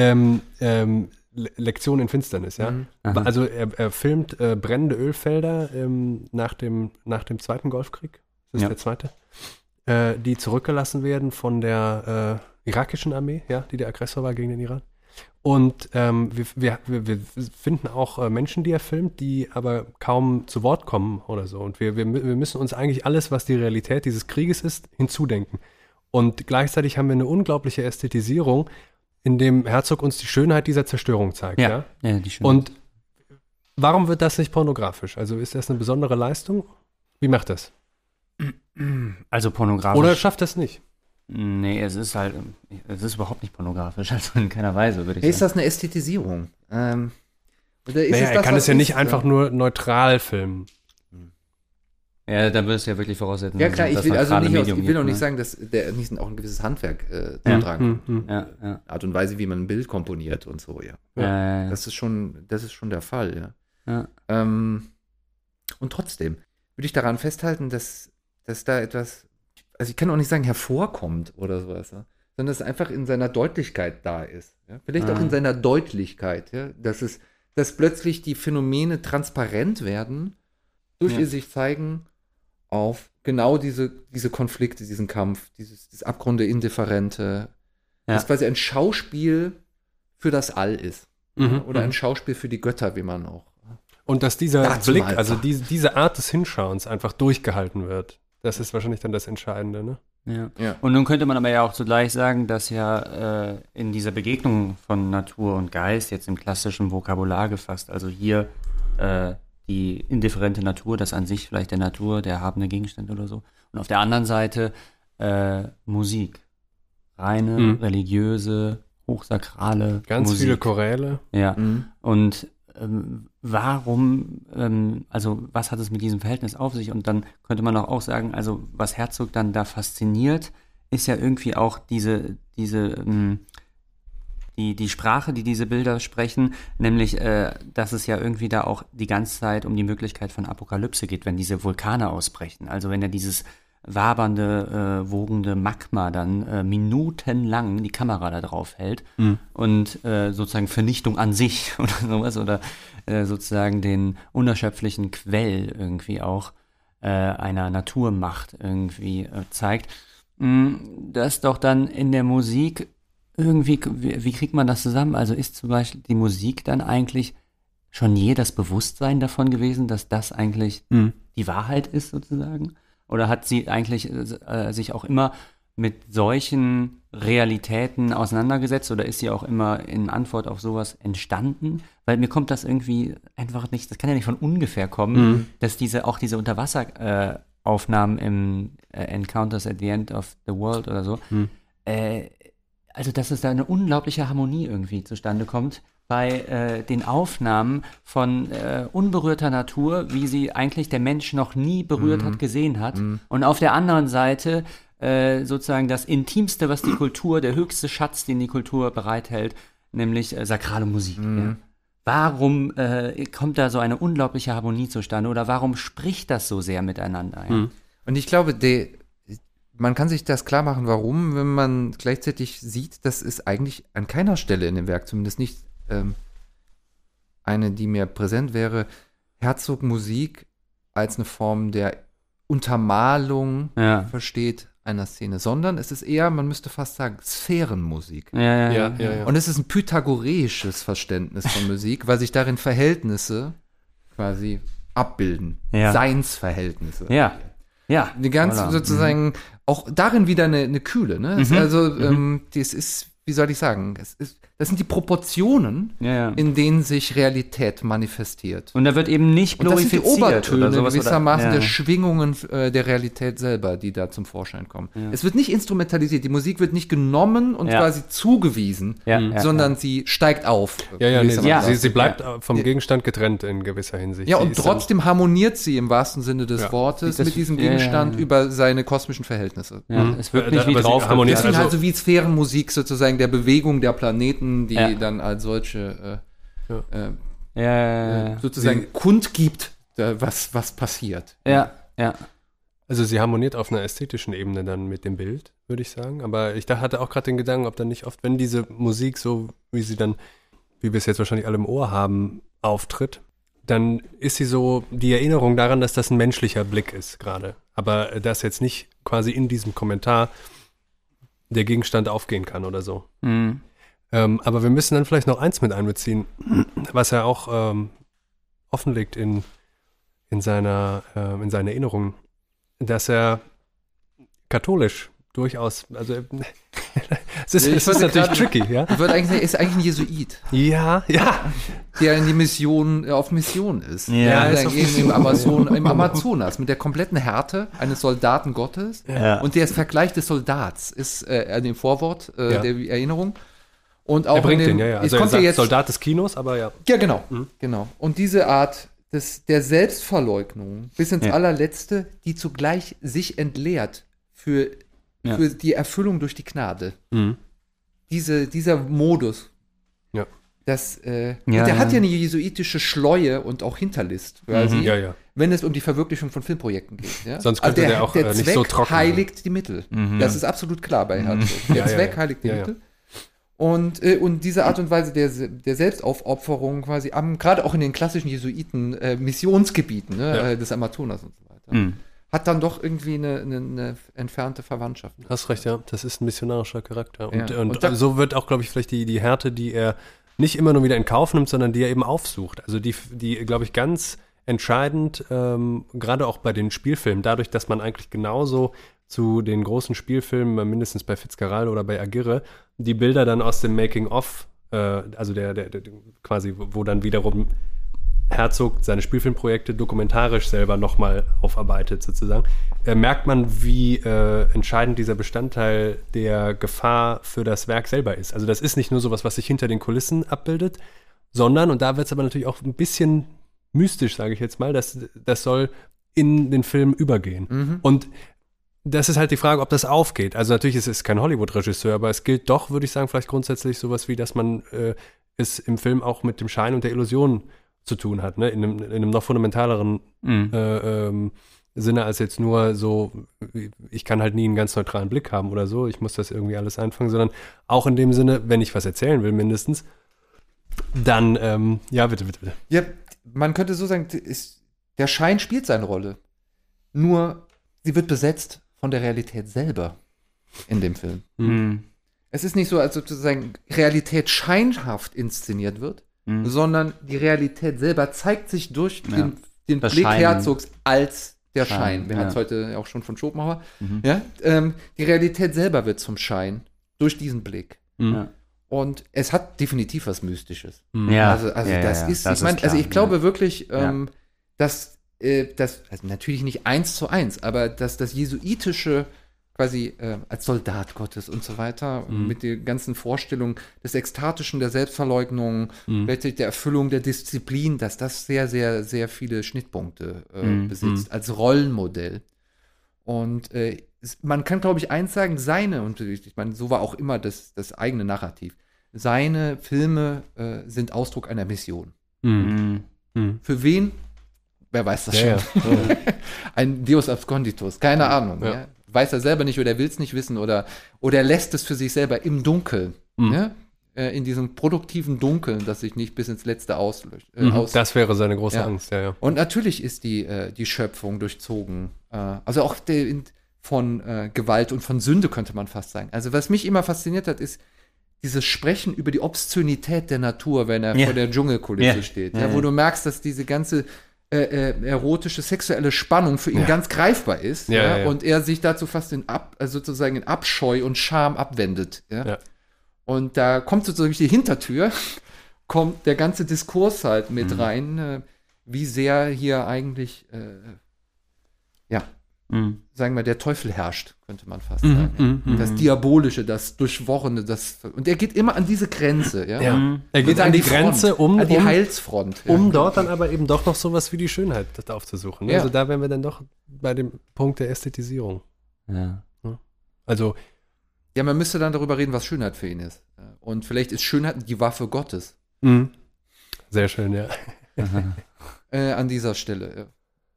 Speaker 2: Lektion in Finsternis, ja. Also er filmt brennende Ölfelder nach dem Zweiten Golfkrieg, das ist der zweite, die zurückgelassen werden von der irakischen Armee, ja, die der Aggressor war gegen den Iran. Und wir finden auch Menschen, die er filmt, die aber kaum zu Wort kommen oder so. Und wir müssen uns eigentlich alles, was die Realität dieses Krieges ist, hinzudenken. Und gleichzeitig haben wir eine unglaubliche Ästhetisierung, in dem Herzog uns die Schönheit dieser Zerstörung zeigt. Ja,
Speaker 3: die Schönheit.
Speaker 2: Und warum wird das nicht pornografisch? Also ist das eine besondere Leistung? Wie macht das?
Speaker 3: Also pornografisch.
Speaker 2: Oder schafft das nicht?
Speaker 3: Nee, es ist überhaupt nicht pornografisch, also in keiner Weise, würde ich
Speaker 1: Ist
Speaker 3: sagen.
Speaker 1: das eine Ästhetisierung? Oder ist
Speaker 2: Er kann es ja nicht einfach nur neutral filmen.
Speaker 3: Ja, da würdest du ja wirklich voraussetzen.
Speaker 1: Ja klar, ich will auch nicht
Speaker 3: ne?
Speaker 1: sagen, dass der nicht auch ein gewisses Handwerk dran kommt.
Speaker 3: Ja.
Speaker 1: Art und Weise, wie man ein Bild komponiert und so, ja.
Speaker 3: Ja.
Speaker 1: Das ist schon der Fall, ja.
Speaker 3: Ja.
Speaker 1: Und trotzdem würde ich daran festhalten, dass da etwas, also ich kann auch nicht sagen, hervorkommt oder sowas, ja, sondern dass es einfach in seiner Deutlichkeit da ist. Ja? Vielleicht auch in seiner Deutlichkeit, ja? Dass plötzlich die Phänomene transparent werden, durch ihr sich zeigen, auf genau diese Konflikte, diesen Kampf, dieses Abgründe Indifferente, das quasi ein Schauspiel für das All ist. Oder ein Schauspiel für die Götter, wie man auch.
Speaker 2: Und dass dieser
Speaker 1: dazu
Speaker 2: Blick,
Speaker 1: mal
Speaker 2: also
Speaker 1: sagt.
Speaker 2: diese Art des Hinschauens einfach durchgehalten wird. Das ist wahrscheinlich dann das Entscheidende, ne?
Speaker 3: Ja. Und nun könnte man aber ja auch zugleich sagen, dass ja in dieser Begegnung von Natur und Geist, jetzt im klassischen Vokabular gefasst, also hier die indifferente Natur, das an sich vielleicht der Natur, der erhabene Gegenstand oder so. Und auf der anderen Seite Musik. Reine, religiöse, hochsakrale
Speaker 2: Ganz
Speaker 3: Musik.
Speaker 2: viele Choräle.
Speaker 3: Ja. Und warum, also was hat es mit diesem Verhältnis auf sich? Und dann könnte man auch sagen, also was Herzog dann da fasziniert, ist ja irgendwie auch die Sprache, die diese Bilder sprechen, nämlich, dass es ja irgendwie da auch die ganze Zeit um die Möglichkeit von Apokalypse geht, wenn diese Vulkane ausbrechen. Also wenn ja dieses wabernde, wogende Magma dann minutenlang die Kamera da drauf hält und sozusagen Vernichtung an sich oder sowas oder sozusagen den unerschöpflichen Quell irgendwie auch einer Naturmacht irgendwie zeigt, dass doch dann in der Musik irgendwie, wie kriegt man das zusammen? Also ist zum Beispiel die Musik dann eigentlich schon je das Bewusstsein davon gewesen, dass das eigentlich die Wahrheit ist sozusagen? Oder hat sie eigentlich sich auch immer mit solchen Realitäten auseinandergesetzt oder ist sie auch immer in Antwort auf sowas entstanden? Weil mir kommt das irgendwie einfach nicht, das kann ja nicht von ungefähr kommen, dass diese Unterwasseraufnahmen im Encounters at the End of the World oder so, also dass es da eine unglaubliche Harmonie irgendwie zustande kommt bei den Aufnahmen von unberührter Natur, wie sie eigentlich der Mensch noch nie berührt hat, gesehen hat. Und auf der anderen Seite sozusagen das Intimste, was die Kultur, der höchste Schatz, den die Kultur bereithält, nämlich sakrale Musik. Ja. Warum kommt da so eine unglaubliche Harmonie zustande oder warum spricht das so sehr miteinander? Ja?
Speaker 1: Und ich glaube, man kann sich das klar machen, warum, wenn man gleichzeitig sieht, dass es eigentlich an keiner Stelle in dem Werk, zumindest nicht eine, die mir präsent wäre, Herzog Musik als eine Form der Untermalung versteht einer Szene, sondern es ist eher, man müsste fast sagen, Sphärenmusik.
Speaker 3: Ja.
Speaker 1: Und es ist ein pythagoreisches Verständnis von Musik, weil sich darin Verhältnisse quasi abbilden. Seinsverhältnisse.
Speaker 3: Ja.
Speaker 1: Eine ganz sozusagen, auch darin wieder eine Kühle, ne? Also, das ist wie soll ich sagen, das sind die Proportionen, in denen sich Realität manifestiert.
Speaker 3: Und da wird eben nicht glorifiziert.
Speaker 1: Und das sind die Obertöne
Speaker 3: oder sowas,
Speaker 1: gewissermaßen der Schwingungen der Realität selber, die da zum Vorschein kommen. Ja. Es wird nicht instrumentalisiert, die Musik wird nicht genommen und quasi zugewiesen, sondern sie steigt auf.
Speaker 2: Sie bleibt vom Gegenstand getrennt in gewisser Hinsicht.
Speaker 1: Ja, und trotzdem harmoniert sie im wahrsten Sinne des Wortes mit diesem Gegenstand über seine kosmischen Verhältnisse.
Speaker 3: Ja. Es wird nicht wie drauf.
Speaker 1: Deswegen also wie Sphärenmusik sozusagen der Bewegung der Planeten, die dann als solche sozusagen kundgibt, was passiert.
Speaker 3: Ja.
Speaker 2: Also sie harmoniert auf einer ästhetischen Ebene dann mit dem Bild, würde ich sagen. Aber ich hatte auch gerade den Gedanken, ob dann nicht oft, wenn diese Musik so, wie wir es jetzt wahrscheinlich alle im Ohr haben, auftritt, dann ist sie so die Erinnerung daran, dass das ein menschlicher Blick ist gerade. Aber dass jetzt nicht quasi in diesem Kommentar der Gegenstand aufgehen kann oder so.
Speaker 3: Mhm.
Speaker 2: Aber wir müssen dann vielleicht noch eins mit einbeziehen, was er auch offenlegt in seiner Erinnerung, dass er katholisch durchaus, also es ist natürlich tricky, ja?
Speaker 1: Ich würde eigentlich sagen, er ist eigentlich ein Jesuit.
Speaker 2: Ja.
Speaker 1: Der in die Mission, auf Mission ist.
Speaker 3: Ja,
Speaker 1: im Amazonas mit der kompletten Härte eines Soldaten Gottes.
Speaker 3: Ja.
Speaker 1: Und der Vergleich des Soldats ist an dem Vorwort der Erinnerung. Und auch
Speaker 2: er bringt den, Also er sagt
Speaker 1: jetzt,
Speaker 2: Soldat des Kinos, aber ja.
Speaker 1: Ja, genau. Und diese Art der Selbstverleugnung bis ins Allerletzte, die zugleich sich entleert für die Erfüllung durch die Gnade.
Speaker 2: Mhm.
Speaker 1: Dieser Modus.
Speaker 2: Ja.
Speaker 1: Der hat ja eine jesuitische Schleue und auch Hinterlist, quasi, wenn es um die Verwirklichung von Filmprojekten geht. Ja?
Speaker 2: Sonst könnte der auch nicht so trocken
Speaker 1: sein. Der Zweck heiligt die Mittel. Das ist absolut klar bei Herzog. Der Zweck heiligt die Mittel. Und diese Art und Weise der Selbstaufopferung quasi, gerade auch in den klassischen Jesuiten Missionsgebieten des Amazonas und so weiter, hat dann doch irgendwie eine entfernte Verwandtschaft.
Speaker 2: Hast recht, ja. Das ist ein missionarischer Charakter. Und so wird auch, glaube ich, vielleicht die Härte, die er nicht immer nur wieder in Kauf nimmt, sondern die er eben aufsucht. Also die glaube ich, ganz entscheidend, gerade auch bei den Spielfilmen, dadurch, dass man eigentlich genauso zu den großen Spielfilmen, mindestens bei Fitzgerald oder bei Aguirre, die Bilder dann aus dem Making-of, also der quasi, wo dann wiederum Herzog seine Spielfilmprojekte dokumentarisch selber nochmal aufarbeitet sozusagen, merkt man, wie entscheidend dieser Bestandteil der Gefahr für das Werk selber ist. Also das ist nicht nur sowas, was sich hinter den Kulissen abbildet, sondern, und da wird es aber natürlich auch ein bisschen mystisch, sage ich jetzt mal, das soll in den Film übergehen. Und das ist halt die Frage, ob das aufgeht. Also natürlich ist es kein Hollywood-Regisseur, aber es gilt doch, würde ich sagen, vielleicht grundsätzlich sowas wie, dass man es im Film auch mit dem Schein und der Illusion zu tun hat, ne? In einem noch fundamentaleren Sinne als jetzt nur so, ich kann halt nie einen ganz neutralen Blick haben oder so, ich muss das irgendwie alles einfangen, sondern auch in dem Sinne, wenn ich was erzählen will mindestens, dann, bitte.
Speaker 1: Ja, man könnte so sagen, der Schein spielt seine Rolle, nur sie wird besetzt von der Realität selber in dem Film. Es ist nicht so, als ob sozusagen Realität scheinhaft inszeniert wird, sondern die Realität selber zeigt sich durch den Blick Herzogs als der Schein. Wir hatten es heute auch schon von Schopenhauer. Die Realität selber wird zum Schein durch diesen Blick. Und es hat definitiv was Mystisches. Ich glaube wirklich, dass also natürlich nicht 1:1, aber dass das Jesuitische quasi als Soldat Gottes und so weiter, mit den ganzen Vorstellungen des Ekstatischen, der Selbstverleugnung, der Erfüllung der Disziplin, dass das sehr, sehr, sehr viele Schnittpunkte besitzt, als Rollenmodell. Und man kann, glaube ich, eins sagen, ich meine, so war auch immer das eigene Narrativ, seine Filme sind Ausdruck einer Mission. Für wen? Wer weiß das schon? Ein Deus absconditus, keine Ahnung. Ja. Weiß er selber nicht oder er will es nicht wissen oder er lässt es für sich selber im Dunkeln. In diesem produktiven Dunkeln, das sich nicht bis ins Letzte auslöscht.
Speaker 2: Das wäre seine große Angst, ja.
Speaker 1: Und natürlich ist die Schöpfung durchzogen. Also auch von Gewalt und von Sünde, könnte man fast sagen. Also was mich immer fasziniert hat, ist dieses Sprechen über die Obszönität der Natur, wenn er vor der Dschungelkulisse steht. Wo du merkst, dass diese ganze erotische, sexuelle Spannung für ihn ganz greifbar ist. Und er sich dazu fast sozusagen in Abscheu und Scham abwendet. Und da kommt so durch die Hintertür, kommt der ganze Diskurs halt mit rein, wie sehr hier eigentlich, sagen wir, der Teufel herrscht, könnte man fast sagen. Das Diabolische, das Durchworrene, und er geht immer an diese Grenze. Ja?
Speaker 2: Er geht an die Grenze,
Speaker 1: an die Heilsfront.
Speaker 2: Dort dann aber eben doch noch sowas wie die Schönheit aufzusuchen. Ne? Also da wären wir dann doch bei dem Punkt der Ästhetisierung.
Speaker 3: Ja.
Speaker 2: Also
Speaker 1: ja, man müsste dann darüber reden, was Schönheit für ihn ist. Und vielleicht ist Schönheit die Waffe Gottes.
Speaker 2: Sehr schön, ja.
Speaker 1: An dieser Stelle. Ja.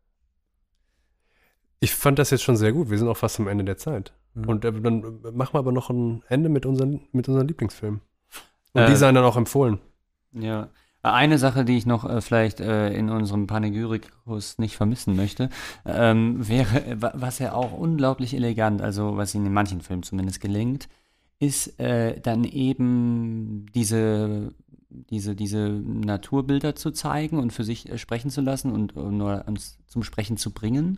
Speaker 2: Ich fand das jetzt schon sehr gut. Wir sind auch fast am Ende der Zeit. Und dann machen wir aber noch ein Ende mit unseren Lieblingsfilmen. Und die seien dann auch empfohlen.
Speaker 3: Ja. Eine Sache, die ich noch vielleicht in unserem Panegyrikus nicht vermissen möchte, wäre, was ja auch unglaublich elegant, also was in manchen Filmen zumindest gelingt, ist dann eben diese Naturbilder zu zeigen und für sich sprechen zu lassen und nur uns zum Sprechen zu bringen.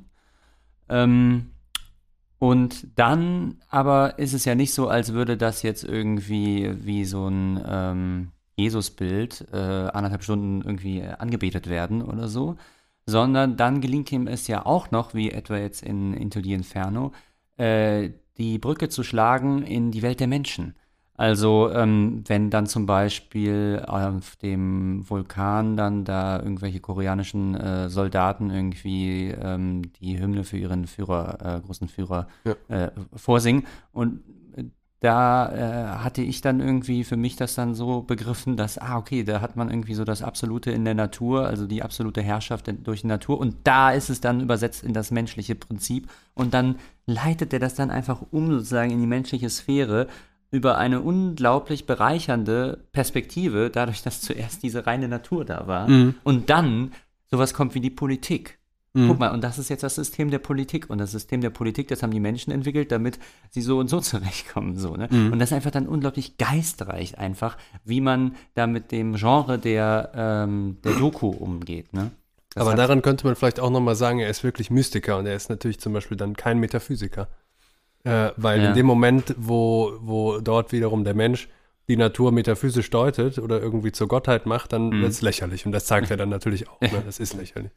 Speaker 3: Und dann aber ist es ja nicht so, als würde das jetzt irgendwie wie so ein Jesusbild 1,5 Stunden irgendwie angebetet werden oder so, sondern dann gelingt ihm es ja auch noch, wie etwa jetzt in Into the Inferno, die Brücke zu schlagen in die Welt der Menschen. Also wenn dann zum Beispiel auf dem Vulkan dann da irgendwelche koreanischen Soldaten irgendwie die Hymne für ihren großen Führer vorsingen und da hatte ich dann irgendwie für mich das dann so begriffen, dass, okay, da hat man irgendwie so das Absolute in der Natur, also die absolute Herrschaft durch die Natur und da ist es dann übersetzt in das menschliche Prinzip und dann leitet er das dann einfach sozusagen in die menschliche Sphäre über eine unglaublich bereichernde Perspektive, dadurch, dass zuerst diese reine Natur da war und dann sowas kommt wie die Politik. Guck mal, und das ist jetzt das System der Politik. Und das System der Politik, das haben die Menschen entwickelt, damit sie so und so zurechtkommen. So, ne? Und das ist einfach dann unglaublich geistreich einfach, wie man da mit dem Genre der Doku umgeht. Ne?
Speaker 2: Aber daran könnte man vielleicht auch nochmal sagen, er ist wirklich Mystiker und er ist natürlich zum Beispiel dann kein Metaphysiker. Weil in dem Moment, wo dort wiederum der Mensch die Natur metaphysisch deutet oder irgendwie zur Gottheit macht, dann wird es lächerlich. Und das zeigt er dann natürlich auch. Ne? Das ist lächerlich.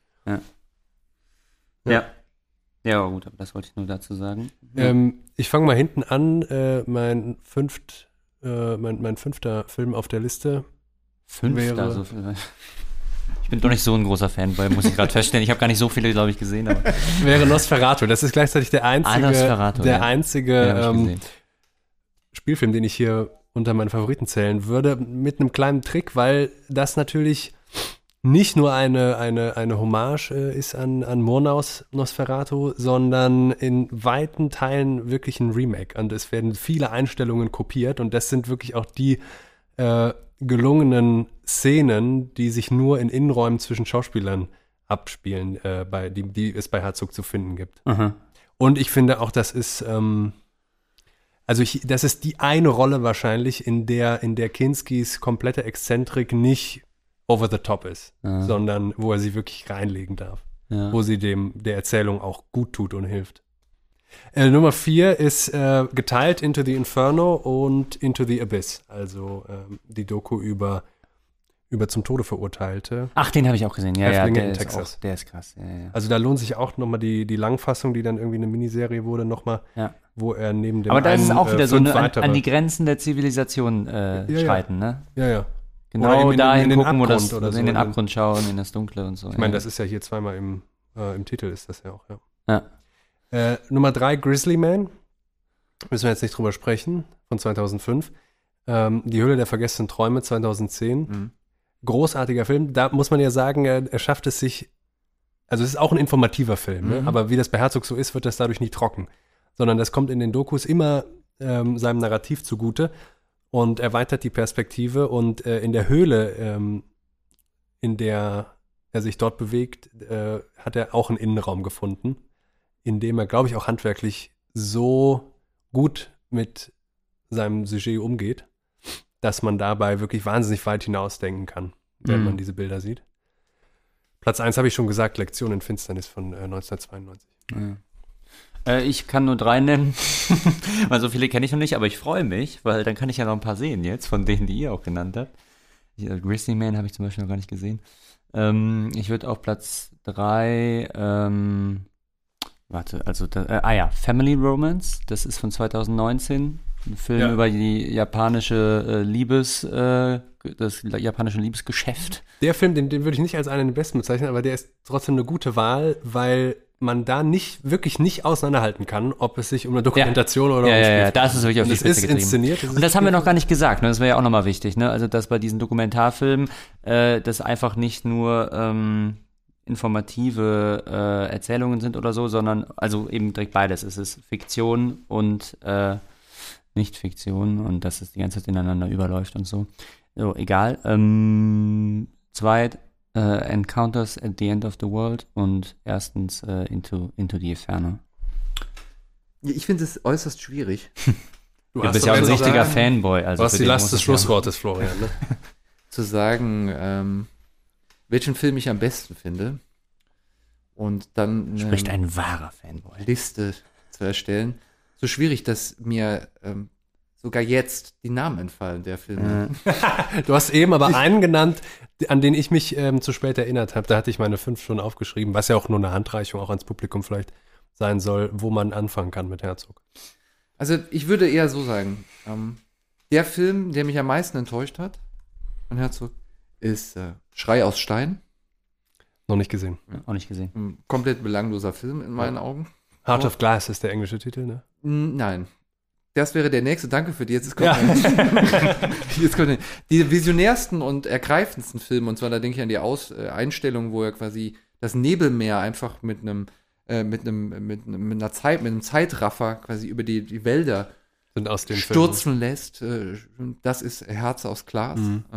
Speaker 3: Ja, gut, aber das wollte ich nur dazu sagen.
Speaker 2: Ich fange mal hinten an. Mein fünfter Film auf der Liste
Speaker 3: wäre... So viel. Ich bin doch nicht so ein großer Fanboy, muss ich gerade feststellen. Ich habe gar nicht so viele, glaube ich, gesehen. Aber
Speaker 2: wäre Nosferatu. Das ist gleichzeitig der einzige Spielfilm, den ich hier unter meinen Favoriten zählen würde, mit einem kleinen Trick, weil das natürlich nicht nur eine Hommage ist an Murnaus Nosferatu, sondern in weiten Teilen wirklich ein Remake. Und es werden viele Einstellungen kopiert und das sind wirklich auch die gelungenen Szenen, die sich nur in Innenräumen zwischen Schauspielern abspielen, die es bei Herzog zu finden gibt.
Speaker 3: Aha.
Speaker 2: Und ich finde auch, das ist das ist die eine Rolle wahrscheinlich, in der Kinskis komplette Exzentrik nicht over the top ist, sondern wo er sie wirklich reinlegen darf. Wo sie der Erzählung auch gut tut und hilft. Nummer 4 ist geteilt Into the Inferno und Into the Abyss, also die Doku über zum Tode Verurteilte.
Speaker 3: Ach, den habe ich auch gesehen.
Speaker 2: Häftlinge in Texas.
Speaker 3: Der ist krass. Ja.
Speaker 2: Also da lohnt sich auch nochmal die Langfassung, die dann irgendwie eine Miniserie wurde, nochmal, wo er neben dem
Speaker 3: Aber da ist es auch wieder so an die Grenzen der Zivilisation schreiten, ne?
Speaker 2: Ja.
Speaker 3: Genau dahin gucken, wo
Speaker 2: das
Speaker 3: in den Abgrund schauen, in das Dunkle und so.
Speaker 2: Ich meine, das ist ja hier zweimal im Titel ist das ja auch,
Speaker 3: Ja.
Speaker 2: Nummer 3, Grizzly Man. Müssen wir jetzt nicht drüber sprechen, von 2005. Die Höhle der vergessenen Träume, 2010. Großartiger Film. Da muss man ja sagen, er schafft es sich, also es ist auch ein informativer Film, ne? Aber wie das bei Herzog so ist, wird das dadurch nie trocken. Sondern das kommt in den Dokus immer seinem Narrativ zugute und erweitert die Perspektive. Und in der Höhle, in der er sich dort bewegt, hat er auch einen Innenraum gefunden, in dem er, glaube ich, auch handwerklich so gut mit seinem Sujet umgeht, dass man dabei wirklich wahnsinnig weit hinausdenken kann, wenn man diese Bilder sieht. Platz 1 habe ich schon gesagt, Lektion in Finsternis von 1992.
Speaker 3: Ich kann nur 3 nennen, weil so viele kenne ich noch nicht, aber ich freue mich, weil dann kann ich ja noch ein paar sehen jetzt, von denen, die ihr auch genannt habt. Grizzly Man habe ich zum Beispiel noch gar nicht gesehen. Ich würde auf Platz 3, Family Romance, das ist von 2019, ein Film über die japanische das japanische Liebesgeschäft.
Speaker 2: Der Film, den würde ich nicht als einen der besten bezeichnen, aber der ist trotzdem eine gute Wahl, weil man da wirklich nicht auseinanderhalten kann, ob es sich um eine Dokumentation oder um
Speaker 3: Spielfilm. Ja, da ist es wirklich auf die Spitze
Speaker 2: getrieben. Inszeniert.
Speaker 3: Und das haben wir noch gar nicht gesagt, ne? Das wäre ja auch nochmal wichtig, ne? Also, dass bei diesen Dokumentarfilmen das einfach nicht nur informative Erzählungen sind oder so, sondern also eben direkt beides. Es ist Fiktion und Nicht-Fiktion und dass es die ganze Zeit ineinander überläuft und so. So, egal. Zweit, Encounters at the End of the World und erstens Into the Inferno.
Speaker 1: Ich finde es äußerst schwierig.
Speaker 3: Du bist ja auch ein richtiger Fanboy. Also
Speaker 2: du hast die Last des Schlusswortes, Florian. Ne?
Speaker 1: Zu sagen, welchen Film ich am besten finde und dann
Speaker 3: spricht ein wahrer Fanboy.
Speaker 1: Liste zu erstellen. So schwierig, dass mir sogar jetzt die Namen entfallen der Filme.
Speaker 2: Du hast eben aber einen genannt, an den ich mich zu spät erinnert habe. Da hatte ich meine 5 schon aufgeschrieben, was ja auch nur eine Handreichung auch ans Publikum vielleicht sein soll, wo man anfangen kann mit Herzog.
Speaker 1: Also ich würde eher so sagen, der Film, der mich am meisten enttäuscht hat von Herzog, ist Schrei aus Stein.
Speaker 2: Noch nicht gesehen.
Speaker 3: Ja, auch nicht gesehen.
Speaker 1: Ein komplett belangloser Film in meinen Augen.
Speaker 2: Heart of Glass ist der englische Titel, ne?
Speaker 1: Nein. Das wäre der nächste. Danke für die. Jetzt kommt die visionärsten und ergreifendsten Filme. Und zwar, da denke ich an die Einstellung, wo er quasi das Nebelmeer einfach mit einem Zeitraffer quasi über die Wälder
Speaker 2: sind aus dem
Speaker 1: stürzen lässt. Das ist Herz aus Glas.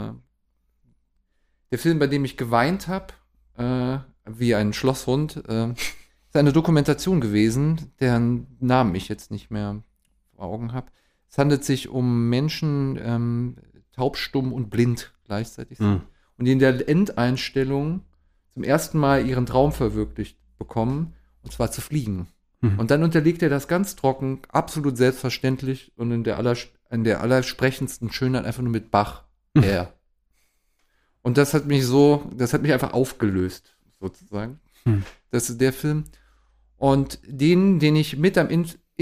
Speaker 1: Der Film, bei dem ich geweint habe, wie ein Schlosshund, ist eine Dokumentation gewesen, deren Namen ich jetzt nicht mehr vor Augen habe. Es handelt sich um Menschen, taub, stumm und blind gleichzeitig sind. Und die in der Endeinstellung zum ersten Mal ihren Traum verwirklicht bekommen, und zwar zu fliegen. Und dann unterlegt er das ganz trocken, absolut selbstverständlich und in der allersprechendsten Schönheit einfach nur mit Bach. Und das hat mich einfach aufgelöst, sozusagen. Das ist der Film. Und den ich mit am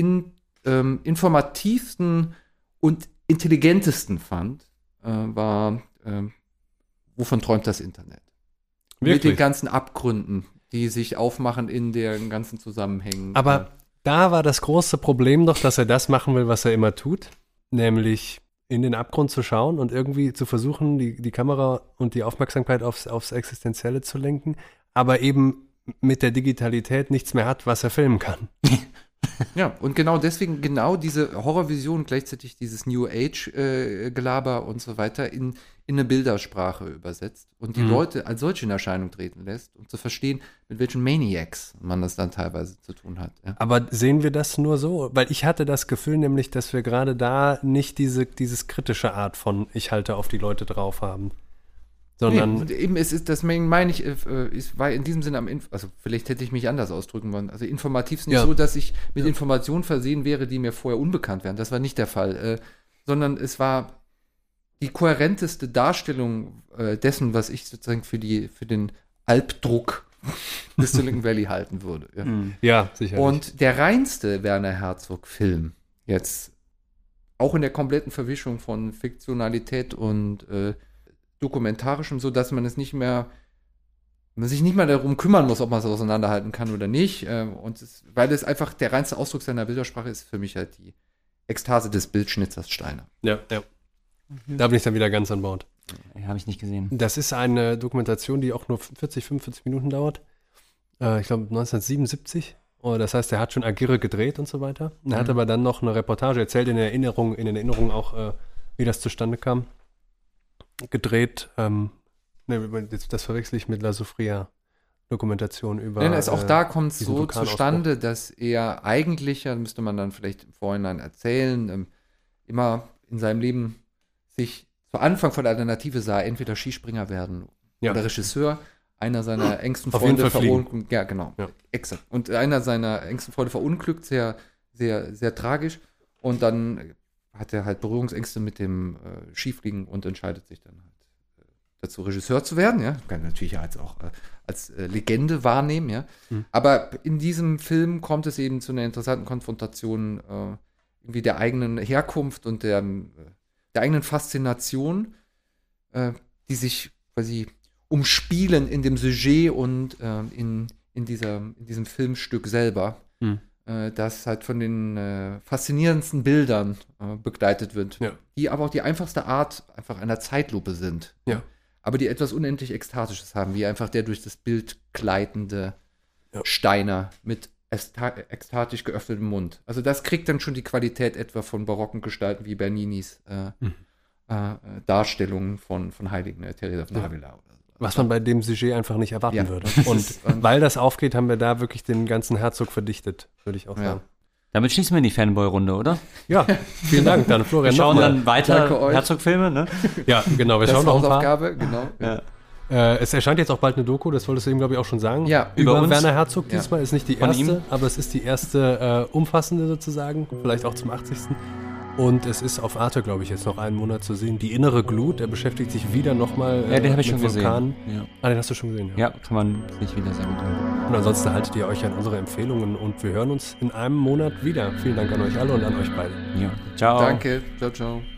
Speaker 1: informativsten und intelligentesten fand, war Wovon träumt das Internet?
Speaker 2: Wirklich?
Speaker 1: Mit den ganzen Abgründen, die sich aufmachen in den ganzen Zusammenhängen.
Speaker 2: Aber da war das große Problem doch, dass er das machen will, was er immer tut, nämlich in den Abgrund zu schauen und irgendwie zu versuchen, die Kamera und die Aufmerksamkeit aufs Existenzielle zu lenken, aber eben mit der Digitalität nichts mehr hat, was er filmen kann.
Speaker 1: Ja, und genau deswegen, genau diese Horrorvision, gleichzeitig dieses New Age-Gelaber und so weiter in eine Bildersprache übersetzt und die Leute als solche in Erscheinung treten lässt, um zu verstehen, mit welchen Maniacs man das dann teilweise zu tun hat. Ja.
Speaker 2: Aber sehen wir das nur so? Weil ich hatte das Gefühl nämlich, dass wir gerade da nicht dieses kritische Art von ich halte auf die Leute drauf haben. Sondern
Speaker 1: eben, deswegen meine ich, es war in diesem Sinne also vielleicht hätte ich mich anders ausdrücken wollen. Also informativ ist nicht so, dass ich mit Informationen versehen wäre, die mir vorher unbekannt wären. Das war nicht der Fall. Sondern es war die kohärenteste Darstellung dessen, was ich sozusagen für den Albdruck des Silicon Valley halten würde. Ja,
Speaker 2: ja, sicherlich.
Speaker 1: Und der reinste Werner Herzog-Film, jetzt auch in der kompletten Verwischung von Fiktionalität und dokumentarischem, so dass man sich nicht mehr darum kümmern muss, ob man es auseinanderhalten kann oder nicht. Weil es einfach der reinste Ausdruck seiner Bildersprache ist, für mich halt die Ekstase des Bildschnitzers Steiner.
Speaker 2: Ja. Da bin ich dann wieder ganz an Bord.
Speaker 3: Habe ich nicht gesehen.
Speaker 2: Das ist eine Dokumentation, die auch nur 45 Minuten dauert. Ich glaube 1977. Das heißt, er hat schon Agirre gedreht und so weiter. Er hat aber dann noch eine Reportage erzählt, in Erinnerung auch, wie das zustande kam. Gedreht, das verwechsel ich mit La Soufrière-Dokumentation über.
Speaker 1: Nein, auch da kommt es so zustande, dass er eigentlich, müsste man dann vielleicht im Vorhinein erzählen, immer in seinem Leben sich zu Anfang von der Alternative sah, entweder Skispringer werden oder Regisseur, einer seiner engsten
Speaker 2: Auf jeden
Speaker 1: Freunde
Speaker 2: Fall
Speaker 1: verunglückt. Ja, genau.
Speaker 2: Ja.
Speaker 1: Exakt. Und einer seiner engsten Freunde verunglückt, sehr, sehr, sehr tragisch. Und dann hat er halt Berührungsängste mit dem Skifliegen und entscheidet sich dann halt dazu, Regisseur zu werden. Ja, kann natürlich auch als Legende wahrnehmen. Ja, aber in diesem Film kommt es eben zu einer interessanten Konfrontation irgendwie der eigenen Herkunft und der eigenen Faszination, die sich quasi umspielen in dem Sujet und in diesem Filmstück selber. Das halt von den faszinierendsten Bildern begleitet wird, die aber auch die einfachste Art einfach einer Zeitlupe sind.
Speaker 2: Ja.
Speaker 1: Aber die etwas unendlich Ekstatisches haben, wie einfach der durch das Bild gleitende Steiner mit ekstatisch geöffnetem Mund. Also das kriegt dann schon die Qualität etwa von barocken Gestalten wie Berninis Darstellungen von Heiligen, Teresa von Avila oder so.
Speaker 2: Was man bei dem Sujet einfach nicht erwarten würde. Und weil das aufgeht, haben wir da wirklich den ganzen Herzog verdichtet, würde ich auch sagen.
Speaker 3: Damit schließen wir die Fanboy-Runde, oder?
Speaker 2: Ja, vielen Dank. Dann Florian,
Speaker 3: wir schauen dann weiter Herzog-Filme, ne?
Speaker 2: Ja, genau. Wir schauen noch ein paar.
Speaker 1: Hausaufgabe, genau.
Speaker 3: Ja.
Speaker 2: Es erscheint jetzt auch bald eine Doku, das wolltest du eben, glaube ich, auch schon sagen.
Speaker 1: Ja,
Speaker 2: über Werner Herzog diesmal. Ist nicht die
Speaker 3: Von
Speaker 2: erste,
Speaker 3: ihm?
Speaker 2: aber es ist die erste umfassende sozusagen. Vielleicht auch zum 80. Und es ist auf Arte, glaube ich, jetzt noch einen Monat zu sehen. Die innere Glut, er beschäftigt sich wieder nochmal
Speaker 3: den habe ich schon
Speaker 2: Vulkanen.
Speaker 3: gesehen. Ja.
Speaker 2: Ah, den hast du schon gesehen,
Speaker 3: Ja, kann man sich wieder sehr gut angucken.
Speaker 2: Und ansonsten haltet ihr euch an unsere Empfehlungen und wir hören uns in einem Monat wieder. Vielen Dank an euch alle und an euch beide.
Speaker 3: Ja. Ciao.
Speaker 1: Danke. Ciao, ciao.